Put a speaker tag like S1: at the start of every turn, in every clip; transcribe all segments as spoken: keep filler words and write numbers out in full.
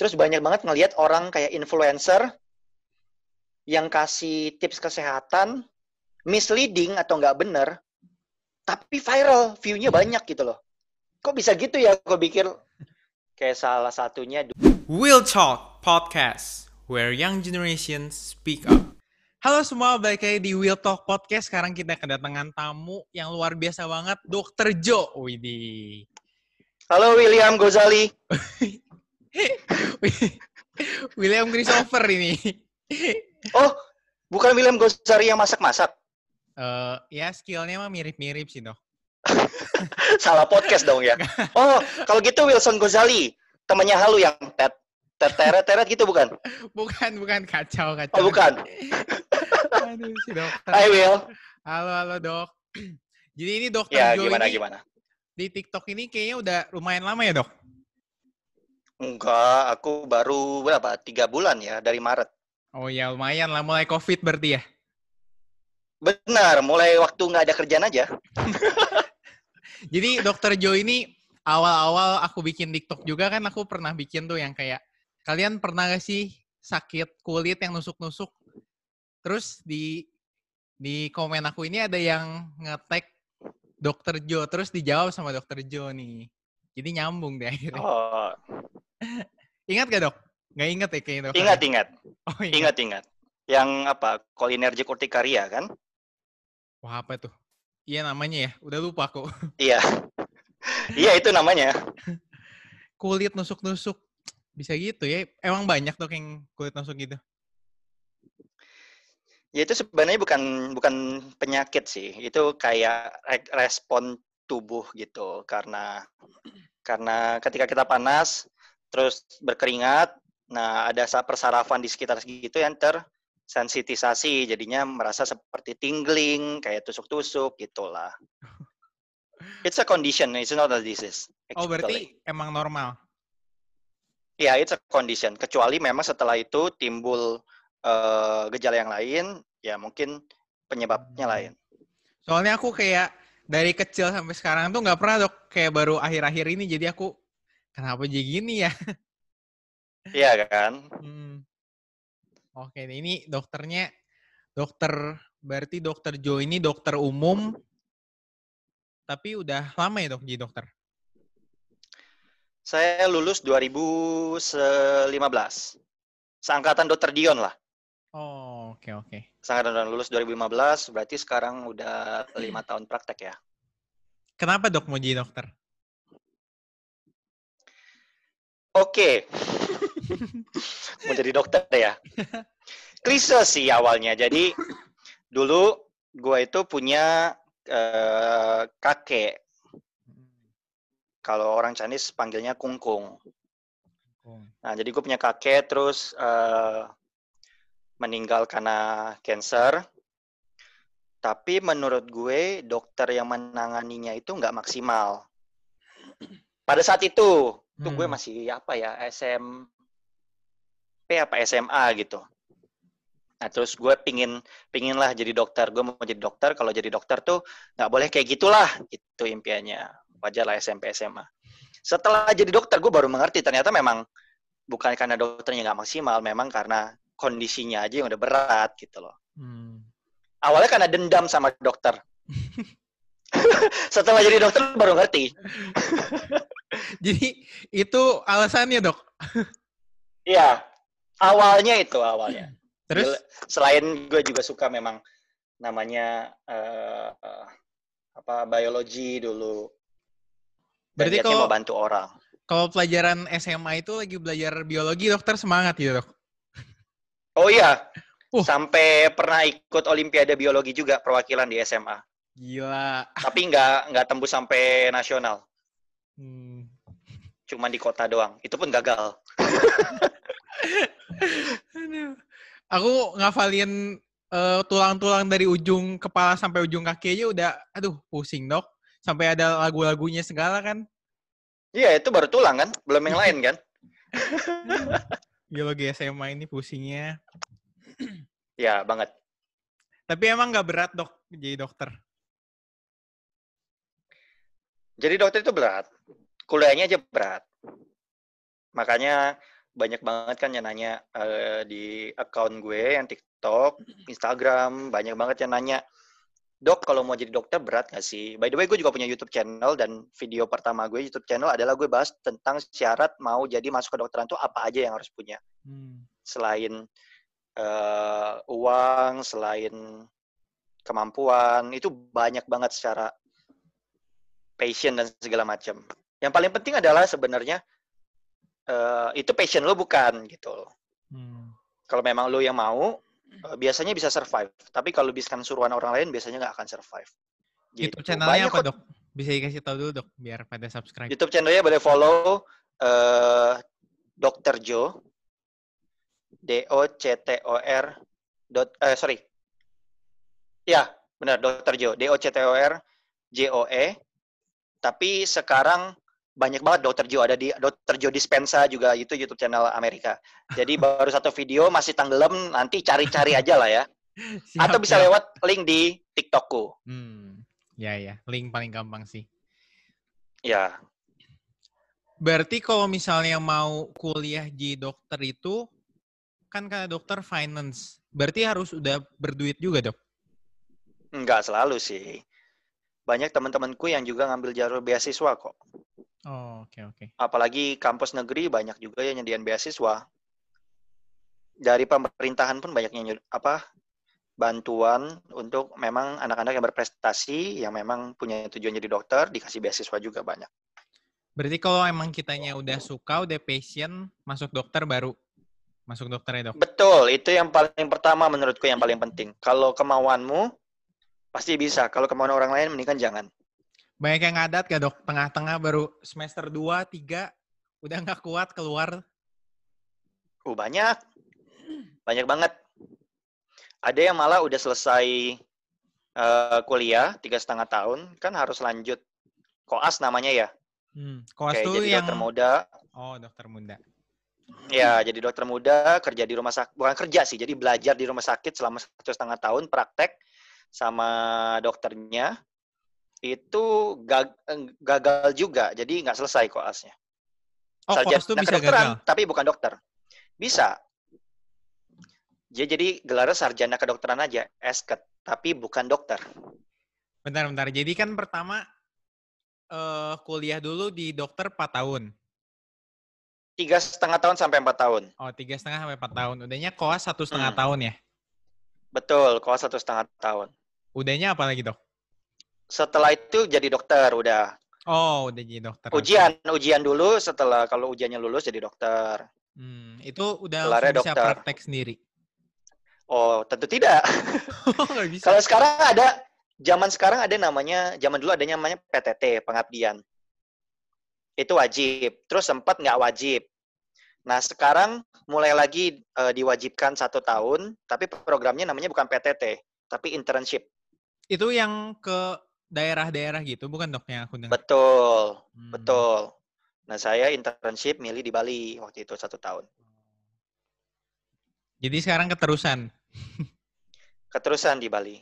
S1: Terus banyak banget ngelihat orang kayak influencer yang kasih tips kesehatan, misleading atau nggak bener, tapi viral, view-nya banyak gitu loh. Kok bisa gitu ya? Gue pikir kayak salah satunya.
S2: Will Talk Podcast, where young generations speak up. Halo semua, balik lagi di Will Talk Podcast. Sekarang kita kedatangan tamu yang luar biasa banget, dokter Jo. Widih.
S1: Halo William Gozali.
S2: William Christopher ini.
S1: Oh, bukan William Gozali yang masak-masak?
S2: Uh, ya skillnya mah mirip-mirip sih dok.
S1: Salah podcast dong ya. Oh, kalau gitu Wilson Gozali, temannya Halu yang tet teret teret gitu bukan?
S2: Bukan, bukan kacau kacau.
S1: Oh, bukan.
S2: Aduh si dokter.
S1: Hai Will.
S2: Halo halo dok. Jadi ini dokter
S1: ya,
S2: Jo
S1: gimana,
S2: ini
S1: gimana?
S2: Di TikTok ini kayaknya udah lumayan lama ya dok?
S1: Enggak, aku baru berapa? Tiga bulan ya dari Maret.
S2: Oh ya lumayan lah, mulai COVID berarti ya?
S1: Benar, mulai waktu nggak ada kerjaan aja.
S2: Jadi dokter Jo ini awal-awal aku bikin TikTok juga kan aku pernah bikin tuh yang kayak, kalian pernah gak sih sakit kulit yang nusuk-nusuk? Terus di di komen aku ini ada yang nge-tag dokter Jo, terus dijawab sama dokter Jo nih. Jadi nyambung deh akhirnya.
S1: Oh.
S2: Ingat gak dok? Gak ingat ya kayaknya dokter?
S1: Ingat, ingat.
S2: Oh, ingat.
S1: Ingat, ingat. Yang apa? Cholinergic urticaria kan?
S2: Wah apa tuh? Iya namanya ya, udah lupa aku.
S1: Iya. Iya itu namanya.
S2: Kulit nusuk-nusuk. Bisa gitu ya? Emang banyak dok yang kulit nusuk gitu?
S1: Ya itu sebenarnya bukan bukan penyakit sih. Itu kayak respon tubuh gitu. Karena karena ketika kita panas, terus berkeringat, nah ada persarafan di sekitar segitu yang tersensitisasi, jadinya merasa seperti tingling, kayak tusuk-tusuk gitulah. It's a condition, it's not a disease. Actually.
S2: Oh berarti emang normal?
S1: Ya, yeah, it's a condition. Kecuali memang setelah itu timbul uh, gejala yang lain, ya mungkin penyebabnya lain.
S2: Soalnya aku kayak dari kecil sampai sekarang tuh nggak pernah dok, kayak baru akhir-akhir ini, jadi aku kenapa jadi gini ya?
S1: Iya kan?
S2: Hmm. Oke, ini dokternya dokter, berarti dokter Jo ini dokter umum, tapi udah lama ya dok jadi dokter?
S1: Saya lulus dua ribu lima belas. Seangkatan dokter Dion lah.
S2: Oh, oke oke.
S1: Seangkatan lulus dua ribu lima belas, berarti sekarang udah lima tahun praktek ya.
S2: Kenapa dok mau jadi dokter?
S1: Oke. Mau jadi dokter ya. Klise sih awalnya. Jadi dulu gue itu punya uh, kakek. Kalau orang Chinese panggilnya kungkung. Nah, jadi gue punya kakek terus uh, meninggal karena cancer. Tapi menurut gue dokter yang menanganinya itu nggak maksimal. Pada saat itu, hmm. tuh gue masih apa ya, S M P apa S M A gitu. Nah, terus gue pingin, pingin lah jadi dokter. Gue mau jadi dokter, kalau jadi dokter tuh nggak boleh kayak gitulah, itu impiannya. Wajar lah S M P S M A. Setelah jadi dokter, gue baru mengerti ternyata memang bukan karena dokternya nggak maksimal, memang karena kondisinya aja yang udah berat gitu loh. Hmm. Awalnya karena dendam sama dokter. Setelah jadi dokter baru ngerti.
S2: Jadi itu alasannya dok?
S1: Iya, awalnya itu awalnya.
S2: Terus?
S1: Selain gue juga suka memang namanya uh, uh, apa biologi dulu. Dan
S2: berarti
S1: kalau
S2: mau
S1: bantu orang.
S2: Kalau pelajaran S M A itu lagi belajar biologi, dokter semangat gitu dok?
S1: Oh iya, uh. sampai pernah ikut Olimpiade biologi juga perwakilan di S M A.
S2: Gila.
S1: Tapi nggak nggak tembus sampai nasional.
S2: Hmm.
S1: Cuma di kota doang. Itu pun gagal.
S2: Aku ngafalin uh, tulang-tulang dari ujung kepala sampai ujung kaki aja udah, aduh pusing dok. Sampai ada lagu-lagunya segala kan.
S1: Iya, itu baru tulang kan? Belum yang lain kan?
S2: Biologi S M A ini pusingnya.
S1: Ya, banget.
S2: Tapi emang nggak berat dok jadi dokter?
S1: Jadi dokter itu berat. Kuliahnya aja berat. Makanya banyak banget kan yang nanya uh, di account gue yang TikTok, Instagram, banyak banget yang nanya, dok kalau mau jadi dokter berat nggak sih? By the way gue juga punya YouTube channel dan video pertama gue YouTube channel adalah gue bahas tentang syarat mau jadi masuk ke dokteran tuh apa aja yang harus punya. Hmm. Selain uh, uang, selain kemampuan, itu banyak banget secara passion dan segala macam. Yang paling penting adalah sebenarnya Uh, itu passion lo bukan gitu. Hmm. Kalau memang lo yang mau, uh, biasanya bisa survive. Tapi kalau bisa suruhan orang lain, biasanya nggak akan survive.
S2: Gitu. YouTube channelnya apa dok? Bisa dikasih tahu dulu dok, biar pada subscribe.
S1: YouTube channelnya boleh follow uh, dokter Joe, D O C T O R. Dot, uh, sorry, ya benar dokter Joe, D O C T O R J O E. Tapi sekarang banyak banget dokter Joe, ada di dokter Joe Dispensa juga, itu YouTube channel Amerika. Jadi baru satu video masih tenggelam, nanti cari-cari aja lah ya. Siap, atau bisa siap. Lewat link di TikTokku.
S2: Hmm, ya ya, link paling gampang sih.
S1: Ya.
S2: Berarti kalau misalnya mau kuliah di dokter itu, kan karena dokter finance, berarti harus udah berduit juga dok?
S1: Enggak selalu sih. Banyak teman-temanku yang juga ngambil jalur beasiswa kok.
S2: Oh, oke okay, oke. Okay.
S1: Apalagi kampus negeri banyak juga yang nyediain beasiswa. Dari pemerintahan pun banyaknya apa bantuan untuk memang anak-anak yang berprestasi, yang memang punya tujuan jadi dokter, dikasih beasiswa juga banyak.
S2: Berarti kalau emang kitanya udah suka, udah passion, masuk dokter baru masuk dokter ya dok?
S1: Betul, itu yang paling pertama menurutku yang paling penting. Kalau kemauanmu, pasti bisa. Kalau kemauan orang lain, mendingan jangan.
S2: Banyak yang ngadat gak dok? Tengah-tengah baru semester dua, tiga, udah gak kuat keluar?
S1: Uh, banyak. Banyak banget. Ada yang malah udah selesai uh, kuliah, tiga setengah tahun, kan harus lanjut koas namanya ya.
S2: Hmm, koas
S1: Kayak
S2: tuh
S1: jadi
S2: yang...
S1: dokter muda.
S2: Oh, dokter muda.
S1: Ya, jadi dokter muda, kerja di rumah sakit. Bukan kerja sih, jadi belajar di rumah sakit selama satu setengah tahun, praktek sama dokternya. Itu gag, gagal juga, jadi nggak selesai koasnya.
S2: Oh, koas itu bisa gagal?
S1: Tapi bukan dokter. Bisa. Dia jadi gelarnya sarjana kedokteran aja, S K E T, tapi bukan dokter.
S2: Bentar-bentar, jadi kan pertama uh, kuliah dulu di dokter empat tahun.
S1: Tiga setengah tahun sampai empat tahun.
S2: Oh, tiga setengah sampai empat tahun. Udahnya koas satu setengah hmm. tahun ya?
S1: Betul, koas satu setengah tahun.
S2: Udahnya apa lagi dok?
S1: Setelah itu jadi dokter udah.
S2: Oh, udah jadi dokter.
S1: Ujian, okay. ujian dulu. Setelah kalau ujiannya lulus jadi dokter.
S2: Hmm, itu udah bisa dokter. Praktek sendiri.
S1: Oh, tentu tidak.
S2: Oh, nggak bisa.
S1: Kalau sekarang ada, zaman sekarang ada namanya, zaman dulu ada namanya P T T, pengabdian. Itu wajib. Terus sempat nggak wajib. Nah, sekarang mulai lagi e, diwajibkan satu tahun, tapi programnya namanya bukan P T T, tapi internship.
S2: Itu yang ke daerah-daerah gitu, bukan dok yang aku dengar?
S1: Betul, hmm. betul. Nah, saya internship milih di Bali waktu itu satu tahun.
S2: Jadi sekarang keterusan?
S1: Keterusan di Bali.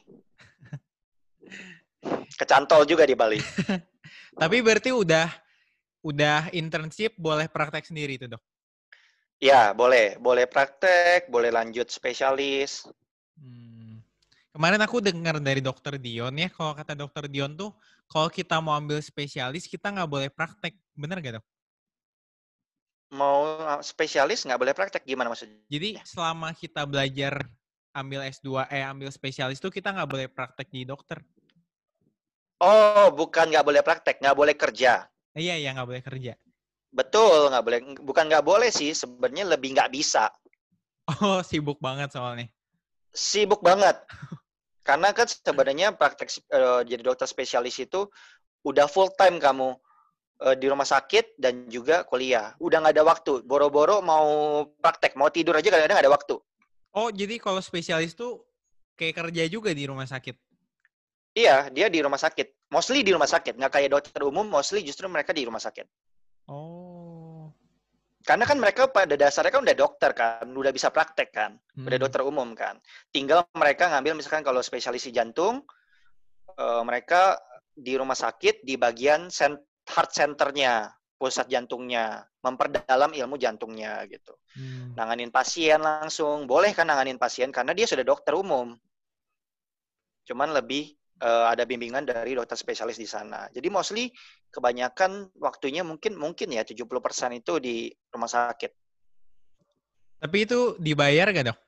S1: Kecantol juga di Bali.
S2: Tapi berarti udah udah internship, boleh praktek sendiri itu dok?
S1: Ya, boleh. Boleh praktek, boleh lanjut spesialis.
S2: Hmm. Kemarin aku dengar dari dokter Dion ya, kalau kata dokter Dion tuh, kalau kita mau ambil spesialis, kita nggak boleh praktek. Bener nggak dok?
S1: Mau spesialis nggak boleh praktek, gimana maksudnya?
S2: Jadi selama kita belajar ambil S dua, eh ambil spesialis tuh kita nggak boleh praktek di dokter.
S1: Oh, bukan nggak boleh praktek, nggak boleh kerja.
S2: Eh, iya, iya nggak boleh kerja.
S1: Betul, nggak boleh. Bukan nggak boleh sih, sebenarnya lebih nggak bisa.
S2: Oh, sibuk banget soalnya.
S1: Sibuk banget. Karena kan sebenarnya praktek uh, jadi dokter spesialis itu udah full time kamu uh, di rumah sakit dan juga kuliah. Udah nggak ada waktu. Boro-boro mau praktek, mau tidur aja kadang-kadang nggak ada waktu.
S2: Oh, jadi kalau spesialis tuh kayak kerja juga di rumah sakit?
S1: Iya, dia di rumah sakit. Mostly di rumah sakit. Nggak kayak dokter umum, mostly justru mereka di rumah sakit.
S2: Oh.
S1: Karena kan mereka pada dasarnya kan udah dokter kan, udah bisa praktek kan, hmm. udah dokter umum kan. Tinggal mereka ngambil misalkan kalau spesialis jantung, uh, mereka di rumah sakit di bagian heart center-nya. pusat jantungnya, memperdalam ilmu jantungnya gitu. Hmm. Nanganin pasien langsung, boleh kan nanganin pasien karena dia sudah dokter umum. Cuman lebih uh, ada bimbingan dari dokter spesialis di sana. Jadi mostly kebanyakan waktunya mungkin mungkin ya tujuh puluh persen itu di rumah sakit.
S2: Tapi itu dibayar gak, Dok?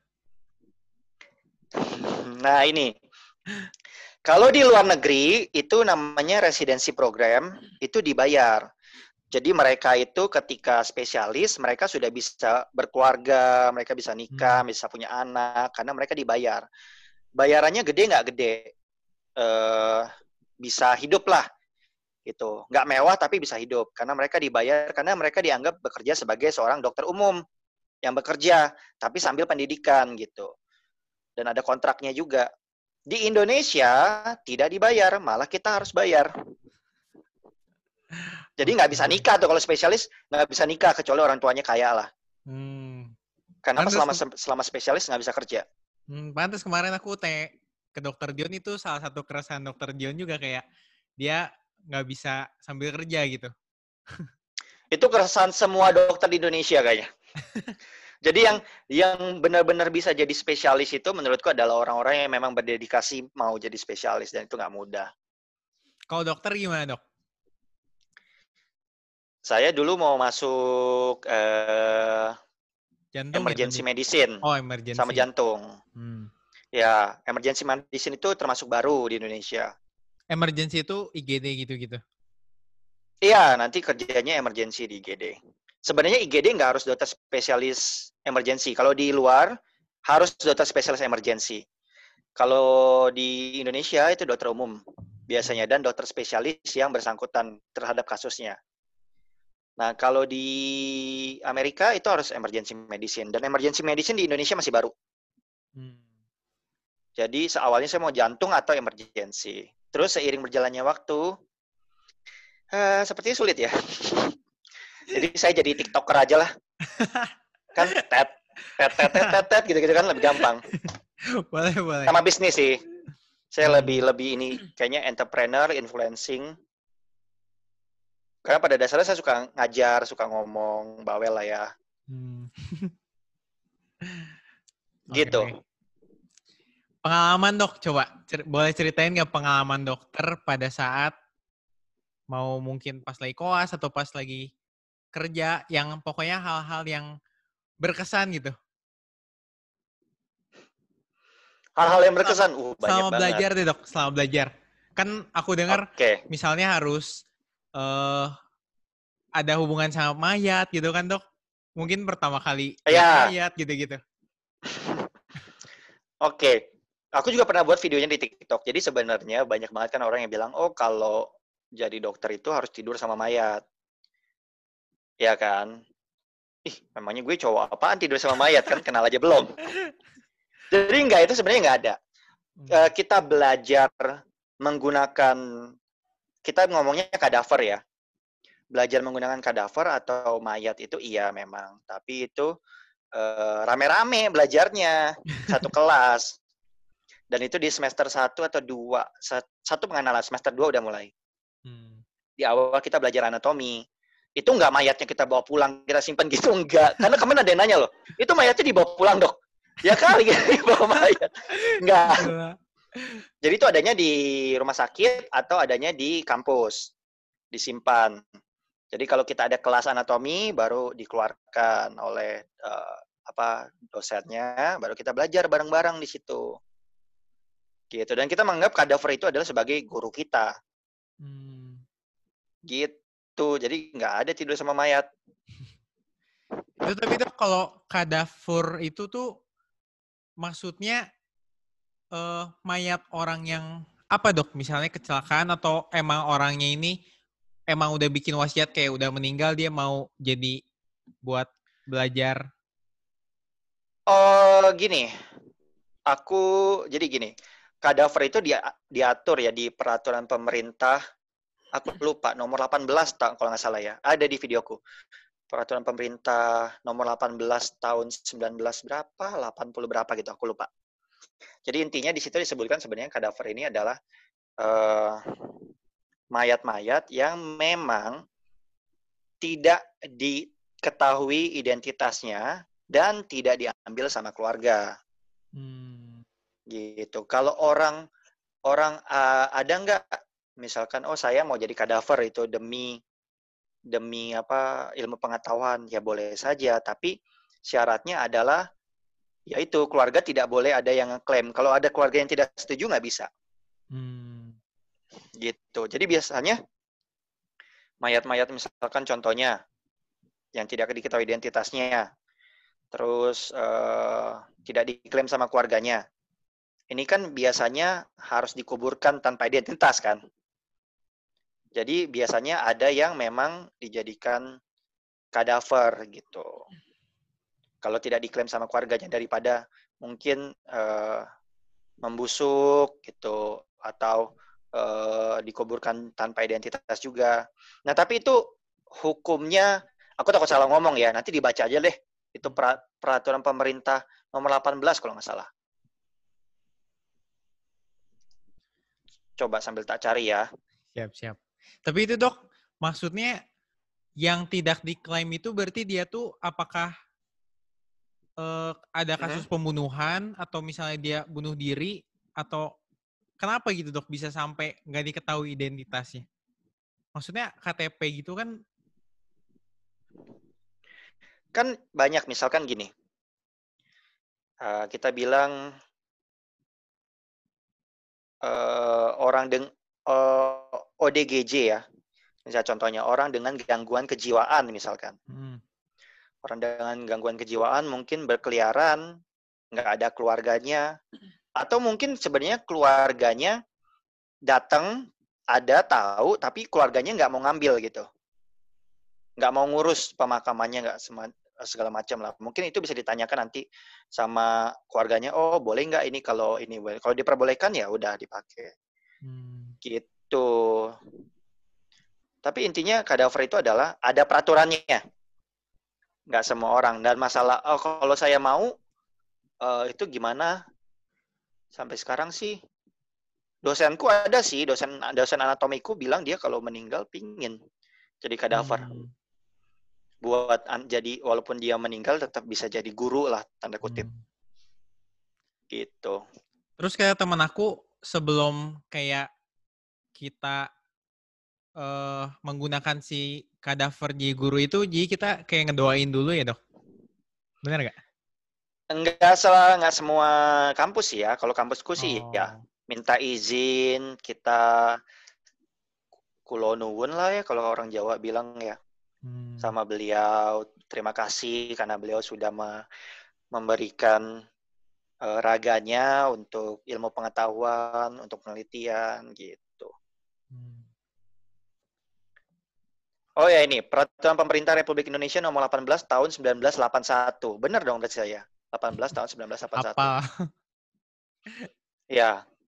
S1: Nah, ini. Kalau di luar negeri itu namanya residency program, itu dibayar. Jadi mereka itu ketika spesialis, mereka sudah bisa berkeluarga, mereka bisa nikah, hmm. bisa punya anak, karena mereka dibayar. Bayarannya gede nggak gede, uh, bisa hidup lah, gitu. Nggak mewah tapi bisa hidup, karena mereka dibayar, karena mereka dianggap bekerja sebagai seorang dokter umum yang bekerja, tapi sambil pendidikan gitu. Dan ada kontraknya juga. Di Indonesia tidak dibayar, malah kita harus bayar. Jadi nggak bisa nikah tuh kalau spesialis, nggak bisa nikah kecuali orang tuanya kaya lah. Hmm. Karena pantes, selama selama spesialis nggak bisa kerja.
S2: Hmm, pantes kemarin aku tanya ke dokter Dion, itu salah satu keresahan dokter Dion juga, kayak dia nggak bisa sambil kerja gitu.
S1: Itu keresahan semua dokter di Indonesia kayaknya. Jadi yang yang benar-benar bisa jadi spesialis itu menurutku adalah orang-orang yang memang berdedikasi mau jadi spesialis, dan itu nggak mudah.
S2: Kalau dokter gimana, Dok?
S1: Saya dulu mau masuk eh,
S2: jantung
S1: emergency
S2: ya,
S1: medicine.
S2: Oh, emergency.
S1: Sama jantung. Hmm. Ya, emergency medicine itu termasuk baru di Indonesia.
S2: Emergency itu I G D gitu-gitu?
S1: Iya, nanti kerjanya emergency di I G D. Sebenarnya I G D nggak harus dokter spesialis emergency. Kalau di luar, harus dokter spesialis emergency. Kalau di Indonesia, itu dokter umum biasanya, dan dokter spesialis yang bersangkutan terhadap kasusnya. Nah, kalau di Amerika, itu harus emergency medicine. Dan emergency medicine di Indonesia masih baru. Hmm. Jadi, seawalnya saya mau jantung atau emergency. Terus, seiring berjalannya waktu, uh, sepertinya sulit ya. Jadi saya jadi TikToker aja lah. Kan tet, tet, tet, tet, tet, tet gitu-gitu kan lebih gampang.
S2: Boleh, boleh.
S1: Sama bisnis sih. Saya hmm. lebih lebih ini kayaknya entrepreneur, influencing. Karena pada dasarnya saya suka ngajar, suka ngomong, bawel lah ya. Hmm. Gitu. Okay.
S2: Pengalaman dok, coba cer- boleh ceritain nggak pengalaman dokter pada saat mau mungkin pas lagi koas atau pas lagi kerja, yang pokoknya hal-hal yang berkesan gitu.
S1: Hal-hal yang berkesan, uh banyak
S2: selama
S1: banget.
S2: belajar deh dok, selama belajar. Kan aku dengar okay. misalnya harus uh, ada hubungan sama mayat gitu kan dok. Mungkin pertama kali
S1: yeah.
S2: mayat gitu-gitu.
S1: Oke, okay. Aku juga pernah buat videonya di TikTok. Jadi sebenarnya banyak banget kan orang yang bilang, oh kalau jadi dokter itu harus tidur sama mayat. Ya kan? Ih, memangnya gue cowok apaan tidur sama mayat, kan kenal aja belum. Jadi enggak, itu sebenarnya enggak ada. Uh, kita belajar menggunakan, kita ngomongnya kadaver ya. Belajar menggunakan kadaver atau mayat itu iya memang. Tapi itu uh, rame-rame belajarnya, satu kelas. Dan itu di semester satu atau dua. Satu pengenalan, semester dua udah mulai. Hmm. Di awal kita belajar anatomi. Itu enggak mayatnya kita bawa pulang, kita simpan gitu, enggak. Karena kemarin ada yang nanya loh, itu mayatnya dibawa pulang dok? Ya kali ya dibawa mayat. Enggak. Jadi itu adanya di rumah sakit atau adanya di kampus. Disimpan. Jadi kalau kita ada kelas anatomi, baru dikeluarkan oleh uh, apa dosennya, baru kita belajar bareng-bareng di situ. Gitu. Dan kita menganggap kadaver itu adalah sebagai guru kita. Hmm. Gitu. Tuh, jadi nggak ada tidur sama mayat.
S2: Itu tapi tuh kalau kadaver itu tuh maksudnya uh, mayat orang yang apa dok? Misalnya kecelakaan atau emang orangnya ini emang udah bikin wasiat kayak udah meninggal, dia mau jadi buat belajar?
S1: Oh gini, aku jadi gini, kadaver itu dia diatur ya di peraturan pemerintah. Aku lupa, nomor delapan belas kalau nggak salah ya. Ada di videoku. Peraturan pemerintah nomor delapan belas tahun sembilan belas berapa, delapan puluh berapa gitu, aku lupa. Jadi intinya di situ disebutkan sebenarnya kadaver ini adalah uh, mayat-mayat yang memang tidak diketahui identitasnya dan tidak diambil sama keluarga. Hmm. Gitu. Kalau orang orang uh, ada nggak misalkan oh saya mau jadi kadaver itu demi demi apa ilmu pengetahuan, ya boleh saja, tapi syaratnya adalah yaitu keluarga tidak boleh ada yang ngeklaim. Kalau ada keluarga yang tidak setuju nggak bisa. Hmm. Gitu. Jadi biasanya mayat-mayat misalkan contohnya yang tidak diketahui identitasnya, terus uh, tidak diklaim sama keluarganya. Ini kan biasanya harus dikuburkan tanpa identitas kan. Jadi biasanya ada yang memang dijadikan kadaver gitu. Kalau tidak diklaim sama keluarganya daripada mungkin uh, membusuk gitu atau uh, dikuburkan tanpa identitas juga. Nah tapi itu hukumnya, aku takut salah ngomong ya, nanti dibaca aja deh. Itu peraturan pemerintah nomor delapan belas kalau nggak salah. Coba sambil tak cari ya.
S2: Siap, siap. Tapi itu dok, maksudnya yang tidak diklaim itu berarti dia tuh apakah uh, ada kasus hmm? pembunuhan atau misalnya dia bunuh diri atau kenapa gitu dok bisa sampai nggak diketahui identitasnya? Maksudnya K T P gitu kan?
S1: Kan banyak misalkan gini, uh, kita bilang uh, orang dengan uh, O D G J ya, misalnya contohnya orang dengan gangguan kejiwaan misalkan. Hmm. Orang dengan gangguan kejiwaan mungkin berkeliaran, nggak ada keluarganya, atau mungkin sebenarnya keluarganya datang, ada tahu, tapi keluarganya nggak mau ngambil gitu, nggak mau ngurus pemakamannya, nggak segala macam lah. Mungkin itu bisa ditanyakan nanti sama keluarganya. Oh boleh nggak ini kalau ini boleh, kalau diperbolehkan ya udah dipakai. Hmm. Gitu. Tapi intinya kadaver itu adalah ada peraturannya. Nggak semua orang. Dan masalah, oh kalau saya mau, uh, itu gimana? Sampai sekarang sih, dosenku ada sih, dosen dosen anatomiku bilang dia kalau meninggal pingin jadi kadaver. Hmm. Buat, jadi walaupun dia meninggal tetap bisa jadi guru lah, tanda kutip. Hmm. Gitu.
S2: Terus kayak temen aku, sebelum kayak kita uh, menggunakan si kadaver jadi guru itu, jadi kita kayak ngedoain dulu ya dok? Benar nggak?
S1: Enggak salah, nggak semua kampus ya. Kalau kampusku sih oh. ya minta izin, kita kulo nuwun lah ya kalau orang Jawa bilang ya. Hmm. Sama beliau, terima kasih karena beliau sudah me- memberikan uh, raganya untuk ilmu pengetahuan, untuk penelitian gitu. Hmm. Oh ya ini, Peraturan Pemerintah Republik Indonesia nomor delapan belas tahun seribu sembilan ratus delapan puluh satu. Benar dong berarti saya? delapan belas tahun seribu sembilan ratus delapan puluh satu.
S2: Apa?
S1: Ya.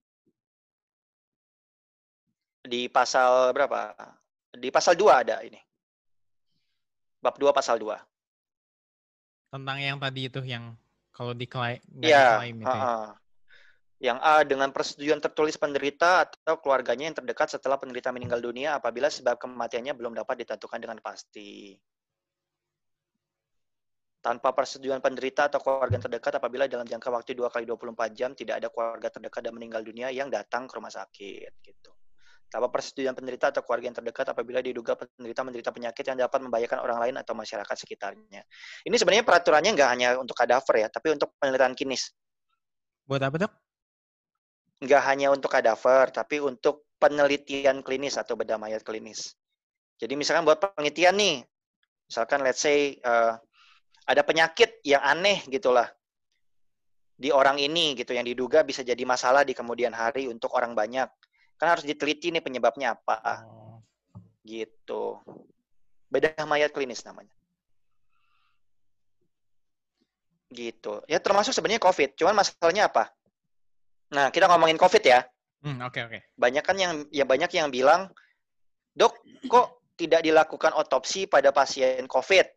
S1: Di pasal berapa? Di pasal dua ada ini. Bab dua pasal dua.
S2: Tentang yang tadi itu yang kalau diklaim nggak
S1: ya,
S2: diklaim itu.
S1: Uh-uh. Yang A, dengan persetujuan tertulis penderita atau keluarganya yang terdekat setelah penderita meninggal dunia apabila sebab kematiannya belum dapat ditentukan dengan pasti. Tanpa persetujuan penderita atau keluarga yang terdekat apabila dalam jangka waktu dua kali dua puluh empat jam tidak ada keluarga terdekat dan meninggal dunia yang datang ke rumah sakit. Gitu. Tanpa persetujuan penderita atau keluarga yang terdekat apabila diduga penderita menderita penyakit yang dapat membahayakan orang lain atau masyarakat sekitarnya. Ini sebenarnya peraturannya nggak hanya untuk kadaver ya, tapi untuk penelitian klinis.
S2: Buat apa, dok?
S1: Nggak hanya untuk kadaver, tapi untuk penelitian klinis atau bedah mayat klinis. Jadi misalkan buat penelitian nih, misalkan let's say uh, ada penyakit yang aneh gitulah di orang ini gitu, yang diduga bisa jadi masalah di kemudian hari untuk orang banyak. Kan harus diteliti nih penyebabnya apa. Oh. Gitu. Bedah mayat klinis namanya. Gitu. Ya termasuk sebenarnya COVID. Cuman masalahnya apa? Nah, kita ngomongin COVID ya.
S2: Hmm, oke, okay, oke. Okay.
S1: Banyak kan yang ya banyak yang bilang, "Dok, kok tidak dilakukan otopsi pada pasien COVID?"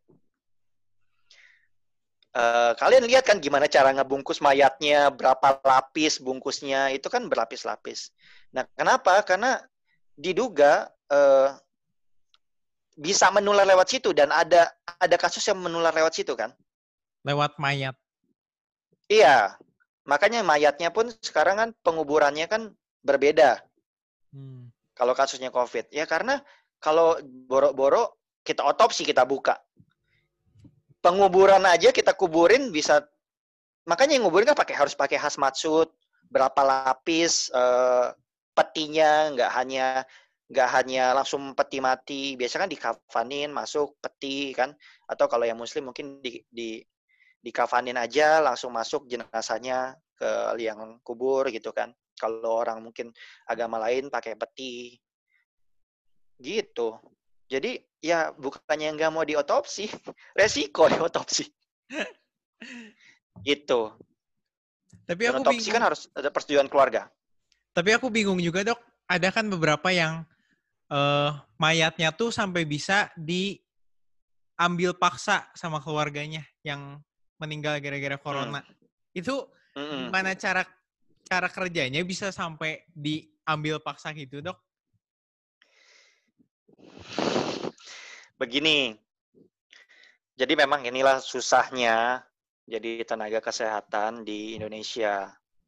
S1: Uh, kalian lihat kan gimana cara ngebungkus mayatnya, berapa lapis bungkusnya, itu kan berlapis-lapis. Nah, kenapa? Karena diduga uh, bisa menular lewat situ dan ada ada kasus yang menular lewat situ kan?
S2: Lewat mayat.
S1: Iya. Makanya mayatnya pun sekarang kan penguburannya kan berbeda. Hmm. Kalau kasusnya COVID. Ya karena kalau boro-boro kita otopsi, kita buka. Penguburan aja kita kuburin bisa, makanya yang nguburin kan pakai harus pakai hazmat suit, berapa lapis uh, petinya, nggak hanya nggak hanya langsung peti mati, biasa kan dikafanin masuk peti kan, atau kalau yang muslim mungkin di di dikafanin aja langsung masuk jenazahnya ke liang kubur gitu kan. Kalau orang mungkin agama lain pakai peti gitu. Jadi ya bukannya nggak mau diotopsi, resiko diotopsi. Gitu. Tapi aku otopsi bingung. Kan harus ada persetujuan keluarga.
S2: Tapi aku bingung juga dok, ada kan beberapa yang uh, mayatnya tuh sampai bisa diambil paksa sama keluarganya yang meninggal gara-gara corona. Hmm. Itu hmm. gimana cara cara kerjanya bisa sampai diambil paksa gitu dok?
S1: Begini, jadi memang inilah susahnya jadi tenaga kesehatan di Indonesia.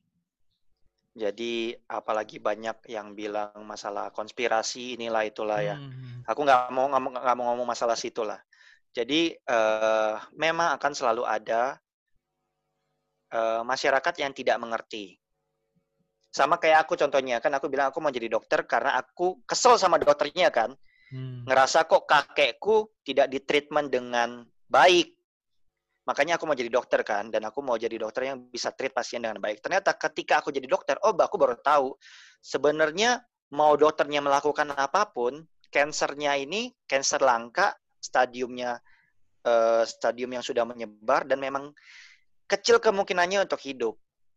S1: Jadi apalagi banyak yang bilang masalah konspirasi inilah itulah ya. Hmm. Aku nggak mau nggak mau ngomong masalah situ lah. Jadi uh, memang akan selalu ada uh, masyarakat yang tidak mengerti. Sama kayak aku contohnya, kan aku bilang aku mau jadi dokter karena aku kesel sama dokternya kan. Hmm. Ngerasa kok kakekku tidak ditreatment dengan baik. Makanya aku mau jadi dokter kan, dan aku mau jadi dokter yang bisa treat pasien dengan baik. Ternyata ketika aku jadi dokter, oh aku baru tahu, sebenarnya mau dokternya melakukan apapun, kansernya ini, kanser langka, stadiumnya, uh, stadium yang sudah menyebar, dan memang kecil kemungkinannya untuk hidup.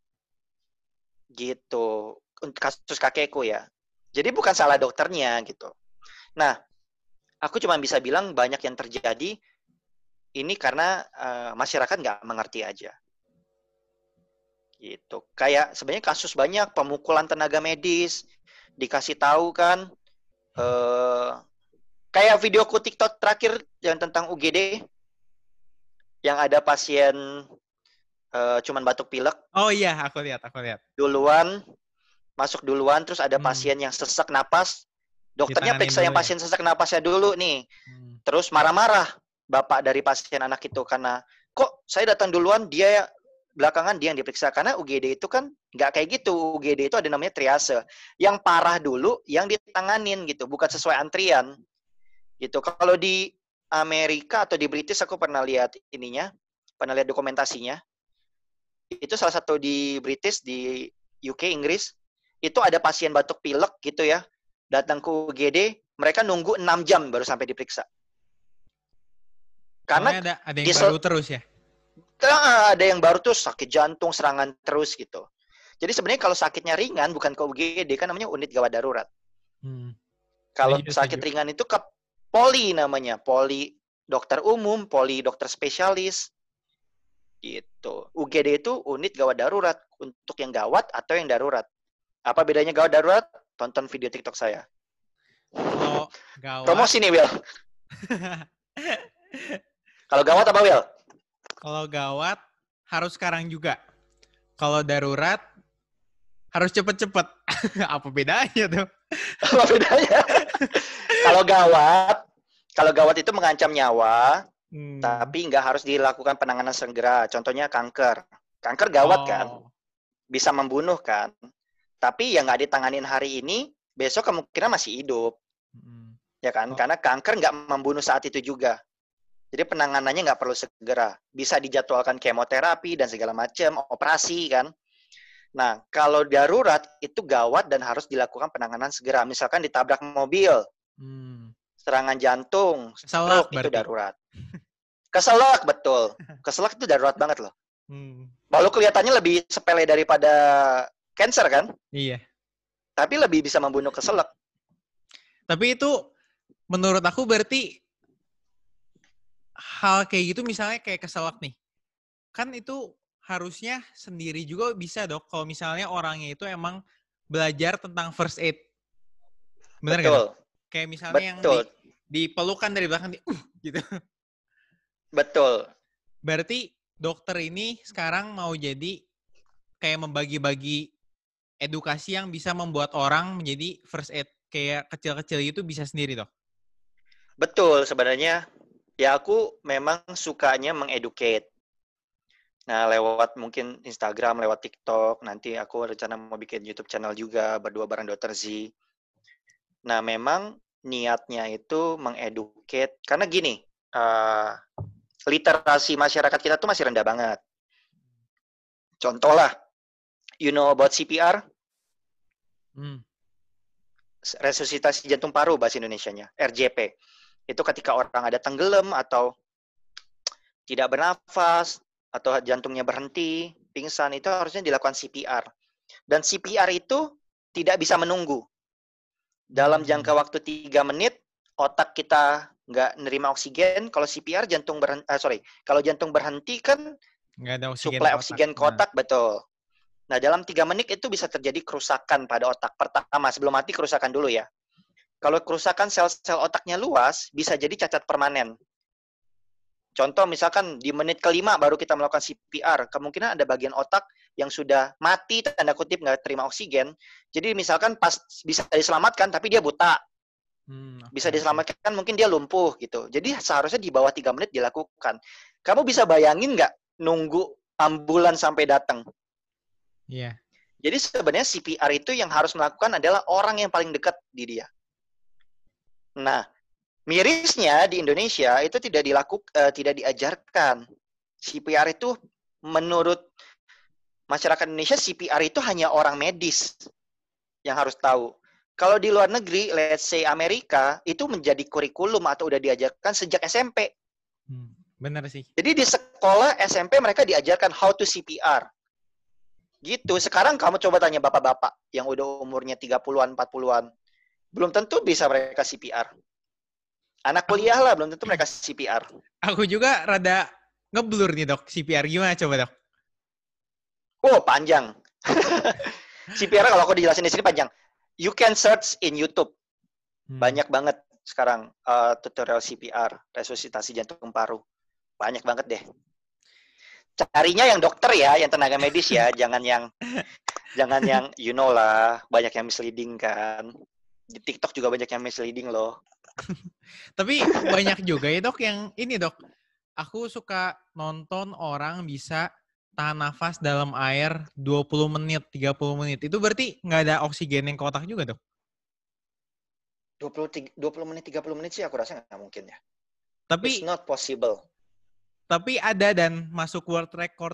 S1: Gitu. Kasus kakekku ya. Jadi bukan salah dokternya gitu. Nah, aku cuma bisa bilang banyak yang terjadi ini karena uh, masyarakat nggak mengerti aja. Gitu. Kayak sebenarnya kasus banyak pemukulan tenaga medis, dikasih tahu kan, uh, kayak videoku TikTok terakhir yang tentang U G D, yang ada pasien uh, cuman batuk pilek.
S2: Oh iya, aku lihat, aku lihat.
S1: Duluan, masuk duluan, terus ada hmm. pasien yang sesak napas. Dokternya periksa yang pasien ya? Sesak napasnya dulu nih. Hmm. Terus marah-marah bapak dari pasien anak itu karena kok saya datang duluan, dia belakangan dia yang diperiksa. Karena U G D itu kan nggak kayak gitu. U G D itu ada namanya triase. Yang parah dulu yang ditanganin gitu, bukan sesuai antrian. Gitu. Kalau di Amerika atau di British aku pernah lihat ininya, pernah lihat dokumentasinya. Itu salah satu di British, di U K, Inggris, itu ada pasien batuk pilek gitu ya. Datang ke U G D, mereka nunggu enam jam baru sampai diperiksa.
S2: Karena ada, ada yang disel- baru terus ya?
S1: Ada yang baru terus, sakit jantung, serangan terus gitu. Jadi sebenarnya kalau sakitnya ringan, bukan ke U G D, kan namanya unit gawat darurat. Hmm. Kalau ya, sakit setuju. Ringan itu ke poli namanya. Poli dokter umum, poli dokter spesialis. Gitu. U G D itu unit gawat darurat. Untuk yang gawat atau yang darurat. Apa bedanya gawat darurat? Tonton video TikTok saya.
S2: Kalau gawat...
S1: Promosi nih, Will. Kalau gawat apa, Will?
S2: Kalau gawat, harus sekarang juga. Kalau darurat, harus cepet-cepet. Apa bedanya tuh?
S1: Apa bedanya? Kalau gawat, kalau gawat itu mengancam nyawa, hmm. tapi nggak harus dilakukan penanganan segera. Contohnya kanker. Kanker gawat oh. kan? Bisa membunuh kan? Tapi yang nggak ditanganin hari ini, besok kemungkinan masih hidup. Hmm. Ya kan? Oh. Karena kanker nggak membunuh saat itu juga. Jadi penanganannya nggak perlu segera. Bisa dijadwalkan kemoterapi dan segala macam, operasi kan. Nah, kalau darurat itu gawat dan harus dilakukan penanganan segera. Misalkan ditabrak mobil, hmm. serangan jantung, stroke, itu darurat. Keselak, betul. Keselak itu darurat banget loh. Hmm. Walau kelihatannya lebih sepele daripada cancer kan?
S2: Iya.
S1: Tapi lebih bisa membunuh keselak.
S2: Tapi itu menurut aku berarti hal kayak gitu misalnya kayak keselak nih. Kan itu harusnya sendiri juga bisa dok. Kalau misalnya orangnya itu emang belajar tentang first aid. Benar nggak dok? Kayak misalnya Betul. yang di, dipelukan dari belakang, di, uh, gitu.
S1: Betul.
S2: Berarti dokter ini sekarang mau jadi kayak membagi-bagi edukasi yang bisa membuat orang menjadi first aid kayak kecil-kecil itu bisa sendiri, Dok?
S1: Betul, sebenarnya ya aku memang sukanya mengeducate. Nah, lewat mungkin Instagram, lewat TikTok, nanti aku rencana mau bikin YouTube channel juga berdua bareng Dokter Z. Nah, memang niatnya itu mengeducate, karena gini, uh, literasi masyarakat kita tuh masih rendah banget. Contoh lah, you know about C P R?
S2: Hmm.
S1: Resusitasi jantung paru bahasa Indonesianya, R J P. Itu ketika orang ada tenggelam atau tidak bernafas, atau jantungnya berhenti, pingsan, itu harusnya dilakukan C P R. Dan C P R itu tidak bisa menunggu. Dalam jangka waktu tiga menit, otak kita nggak nerima oksigen. Kalau C P R jantung berhenti, uh, sorry, kalau jantung berhenti kan
S2: nggak ada oksigen
S1: suplai
S2: ke otak.
S1: oksigen ke otak, nah. Betul. Nah, dalam tiga menit itu bisa terjadi kerusakan pada otak. Pertama, sebelum mati kerusakan dulu ya. Kalau kerusakan sel-sel otaknya luas, bisa jadi cacat permanen. Contoh misalkan di menit kelima baru kita melakukan C P R, kemungkinan ada bagian otak yang sudah mati, tanda kutip nggak terima oksigen. Jadi misalkan pas bisa diselamatkan, tapi dia buta. Hmm, okay, bisa diselamatkan, okay. Mungkin dia lumpuh gitu. Jadi seharusnya di bawah tiga menit dilakukan. Kamu bisa bayangin nggak nunggu ambulans sampai datang?
S2: Iya. Yeah.
S1: Jadi sebenarnya C P R itu yang harus melakukan adalah orang yang paling dekat di dia. Nah, mirisnya di Indonesia itu tidak dilakukan, uh, tidak diajarkan. C P R itu menurut masyarakat Indonesia, C P R itu hanya orang medis yang harus tahu. Kalau di luar negeri, let's say Amerika, itu menjadi kurikulum atau udah diajarkan sejak S M P.
S2: Hmm, benar sih.
S1: Jadi di sekolah S M P mereka diajarkan how to C P R. Gitu. Sekarang kamu coba tanya bapak-bapak yang udah umurnya tiga puluhan, empat puluhan. Belum tentu bisa mereka C P R. Anak kuliah lah, belum tentu mereka C P R.
S2: Aku juga rada ngeblur nih, Dok. C P R gimana coba, Dok?
S1: Oh, panjang. C P R kalau aku dijelasin di sini panjang. You can search in YouTube. Hmm. Banyak banget sekarang uh, tutorial C P R, resusitasi jantung paru. Banyak banget deh. Carinya yang dokter ya, yang tenaga medis ya, jangan yang jangan yang you know lah, banyak yang misleading kan. Di TikTok juga banyak yang misleading loh.
S2: Tapi banyak juga ya, Dok, yang ini, Dok. Aku suka nonton orang bisa tahan nafas dalam air dua puluh menit, tiga puluh menit. Itu berarti nggak ada oksigen yang ke otak juga, Dok?
S1: dua puluh menit, tiga puluh menit sih aku rasa nggak mungkin ya.
S2: Tapi,
S1: it's not possible.
S2: Tapi ada dan masuk world record.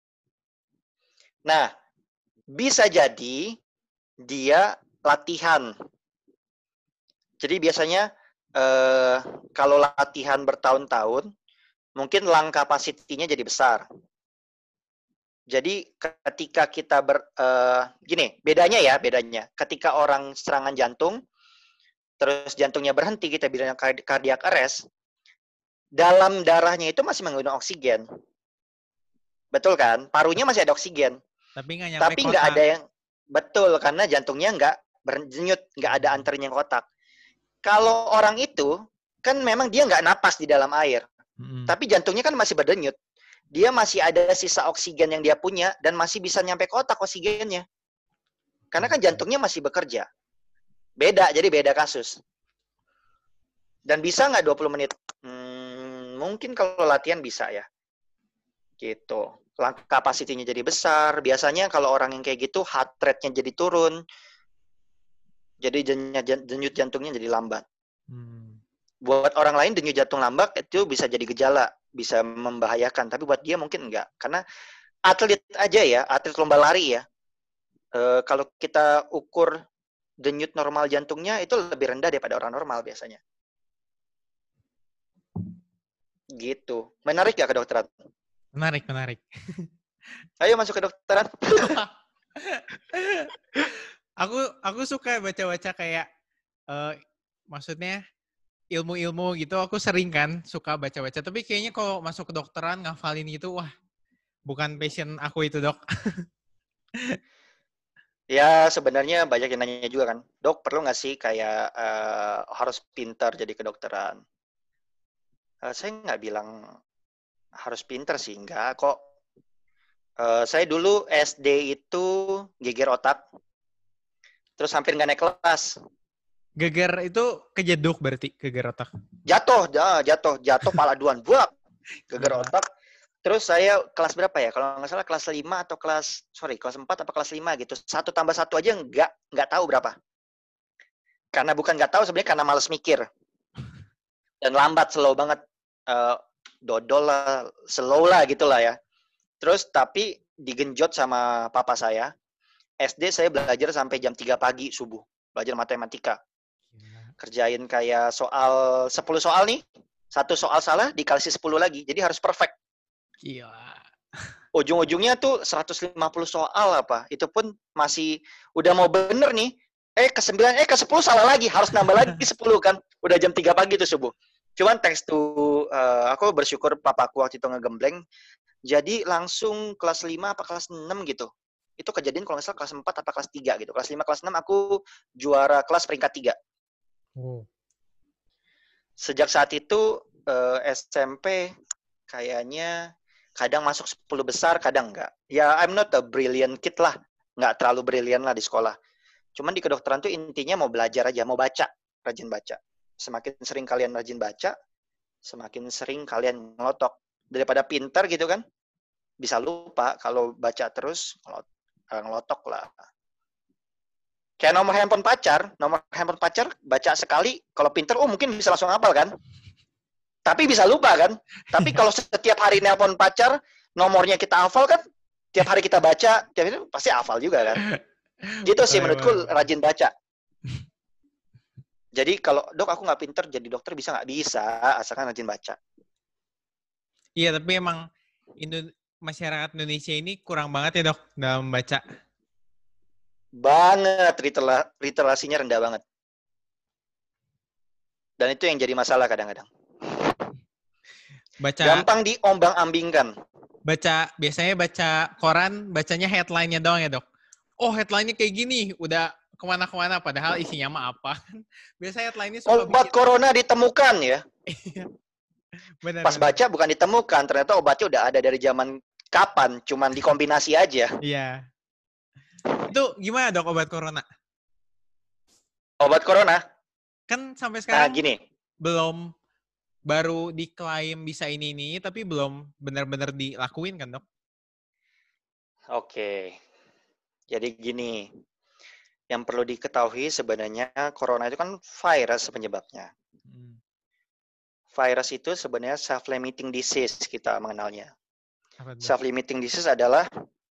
S1: Nah, bisa jadi dia latihan. Jadi biasanya eh, kalau latihan bertahun-tahun, mungkin lung capacity-nya jadi besar. Jadi ketika kita ber, uh, gini, bedanya ya, bedanya. Ketika orang serangan jantung, terus jantungnya berhenti, kita bilang cardiac arrest, dalam darahnya itu masih menggunakan oksigen. Betul kan? Parunya masih ada oksigen.
S2: Tapi nggak nyampe
S1: Tapi nggak ada yang, betul, karena jantungnya nggak berdenyut, nggak ada antarnya ke otak. Kalau orang itu, kan memang dia nggak napas di dalam air. Hmm. Tapi jantungnya kan masih berdenyut. Dia masih ada sisa oksigen yang dia punya dan masih bisa nyampe ke otak oksigennya. Karena kan jantungnya masih bekerja. Beda, jadi beda kasus. Dan bisa nggak dua puluh menit? Hmm, mungkin kalau latihan bisa ya. Gitu. Kapasitinya jadi besar. Biasanya kalau orang yang kayak gitu, heart rate-nya jadi turun. Jadi denyut jantungnya jadi lambat. Hmm. Buat orang lain denyut jantung lambat itu bisa jadi gejala. Bisa membahayakan, tapi buat dia mungkin enggak. Karena atlet aja ya, atlet lomba lari ya, e, kalau kita ukur denyut normal jantungnya itu lebih rendah daripada orang normal biasanya. Gitu. Menarik ya kedokteran?
S2: Menarik, menarik.
S1: Ayo masuk ke dokteran.
S2: aku aku suka baca-baca kayak, uh, maksudnya ilmu-ilmu gitu, aku sering kan suka baca-baca. Tapi kayaknya kalau masuk ke dokteran, ngafalin gitu, wah, bukan passion aku itu, Dok.
S1: Ya sebenarnya banyak yang nanya juga kan, dok perlu nggak sih kayak uh, harus pintar jadi kedokteran? Uh, saya nggak bilang harus pintar sih, enggak kok. Uh, saya dulu S D itu geger otak, terus hampir nggak naik kelas.
S2: Geger itu kejeduk berarti, geger otak.
S1: Jatuh, jatuh, jatuh pala duan, buak, geger otak. Terus saya kelas berapa ya? Kalau nggak salah kelas lima atau kelas, sorry, kelas empat atau kelas lima gitu. Satu tambah satu aja nggak, nggak tahu berapa. Karena bukan nggak tahu, sebenarnya karena males mikir. Dan lambat, slow banget. Uh, dodol lah, slow lah gitu lah ya. Terus tapi digenjot sama papa saya. S D saya belajar sampai jam tiga pagi subuh. Belajar matematika. Kerjain kayak soal, sepuluh soal nih. Satu soal salah, dikasih sepuluh lagi. Jadi harus perfect.
S2: Gila.
S1: Ujung-ujungnya tuh seratus lima puluh soal apa. Itu pun masih udah mau bener nih. Eh ke sembilan, eh ke sepuluh salah lagi. Harus nambah lagi sepuluh kan. Udah jam tiga pagi tuh subuh. Cuman thanks to, uh, aku bersyukur papaku waktu itu ngegembleng. Jadi langsung kelas lima apa kelas enam gitu. Itu kejadian kalau nggak salah kelas empat apa kelas tiga gitu. Kelas lima, kelas enam aku juara kelas peringkat tiga. Oh. Sejak saat itu uh, S M P kayaknya kadang masuk sepuluh besar, kadang enggak. Ya, I'm not a brilliant kid lah. Nggak terlalu brilliant lah di sekolah. Cuman di kedokteran tuh intinya mau belajar aja, mau baca. Rajin baca. Semakin sering kalian rajin baca, semakin sering kalian ngelotok. Daripada pintar gitu kan, bisa lupa. Kalau baca terus, ngelotok lah. Kayak nomor handphone pacar, nomor handphone pacar, baca sekali, kalau pintar, oh mungkin bisa langsung hafal kan? Tapi bisa lupa kan? Tapi kalau setiap hari nelpon pacar, nomornya kita hafal kan? Tiap hari kita baca, tiap itu pasti hafal juga kan? Gitu sih menurutku rajin baca. Jadi kalau dok aku nggak pinter jadi dokter bisa nggak? Bisa, asalkan rajin baca.
S2: Iya tapi emang Indo- masyarakat Indonesia ini kurang banget ya dok dalam membaca.
S1: Banget, literasinya rendah banget. Dan itu yang jadi masalah kadang-kadang.
S2: Baca,
S1: gampang diombang-ambingkan.
S2: Baca, biasanya baca koran, bacanya headline-nya doang ya dok. Oh headline-nya kayak gini, udah kemana-kemana, padahal isinya mah apa. Biasanya headline-nya suka
S1: obat bikin... corona ditemukan ya.
S2: Benar,
S1: Pas benar. Baca bukan ditemukan, ternyata obatnya udah ada dari zaman kapan, cuman dikombinasi aja.
S2: Iya. Itu gimana dok obat corona?
S1: Obat corona?
S2: Kan sampai sekarang
S1: nah, gini.
S2: belum, baru diklaim bisa ini ini, tapi belum benar-benar dilakuin kan dok?
S1: Oke. Jadi gini, yang perlu diketahui sebenarnya corona itu kan virus penyebabnya. Hmm. Virus itu sebenarnya self-limiting disease kita mengenalnya. Self-limiting disease adalah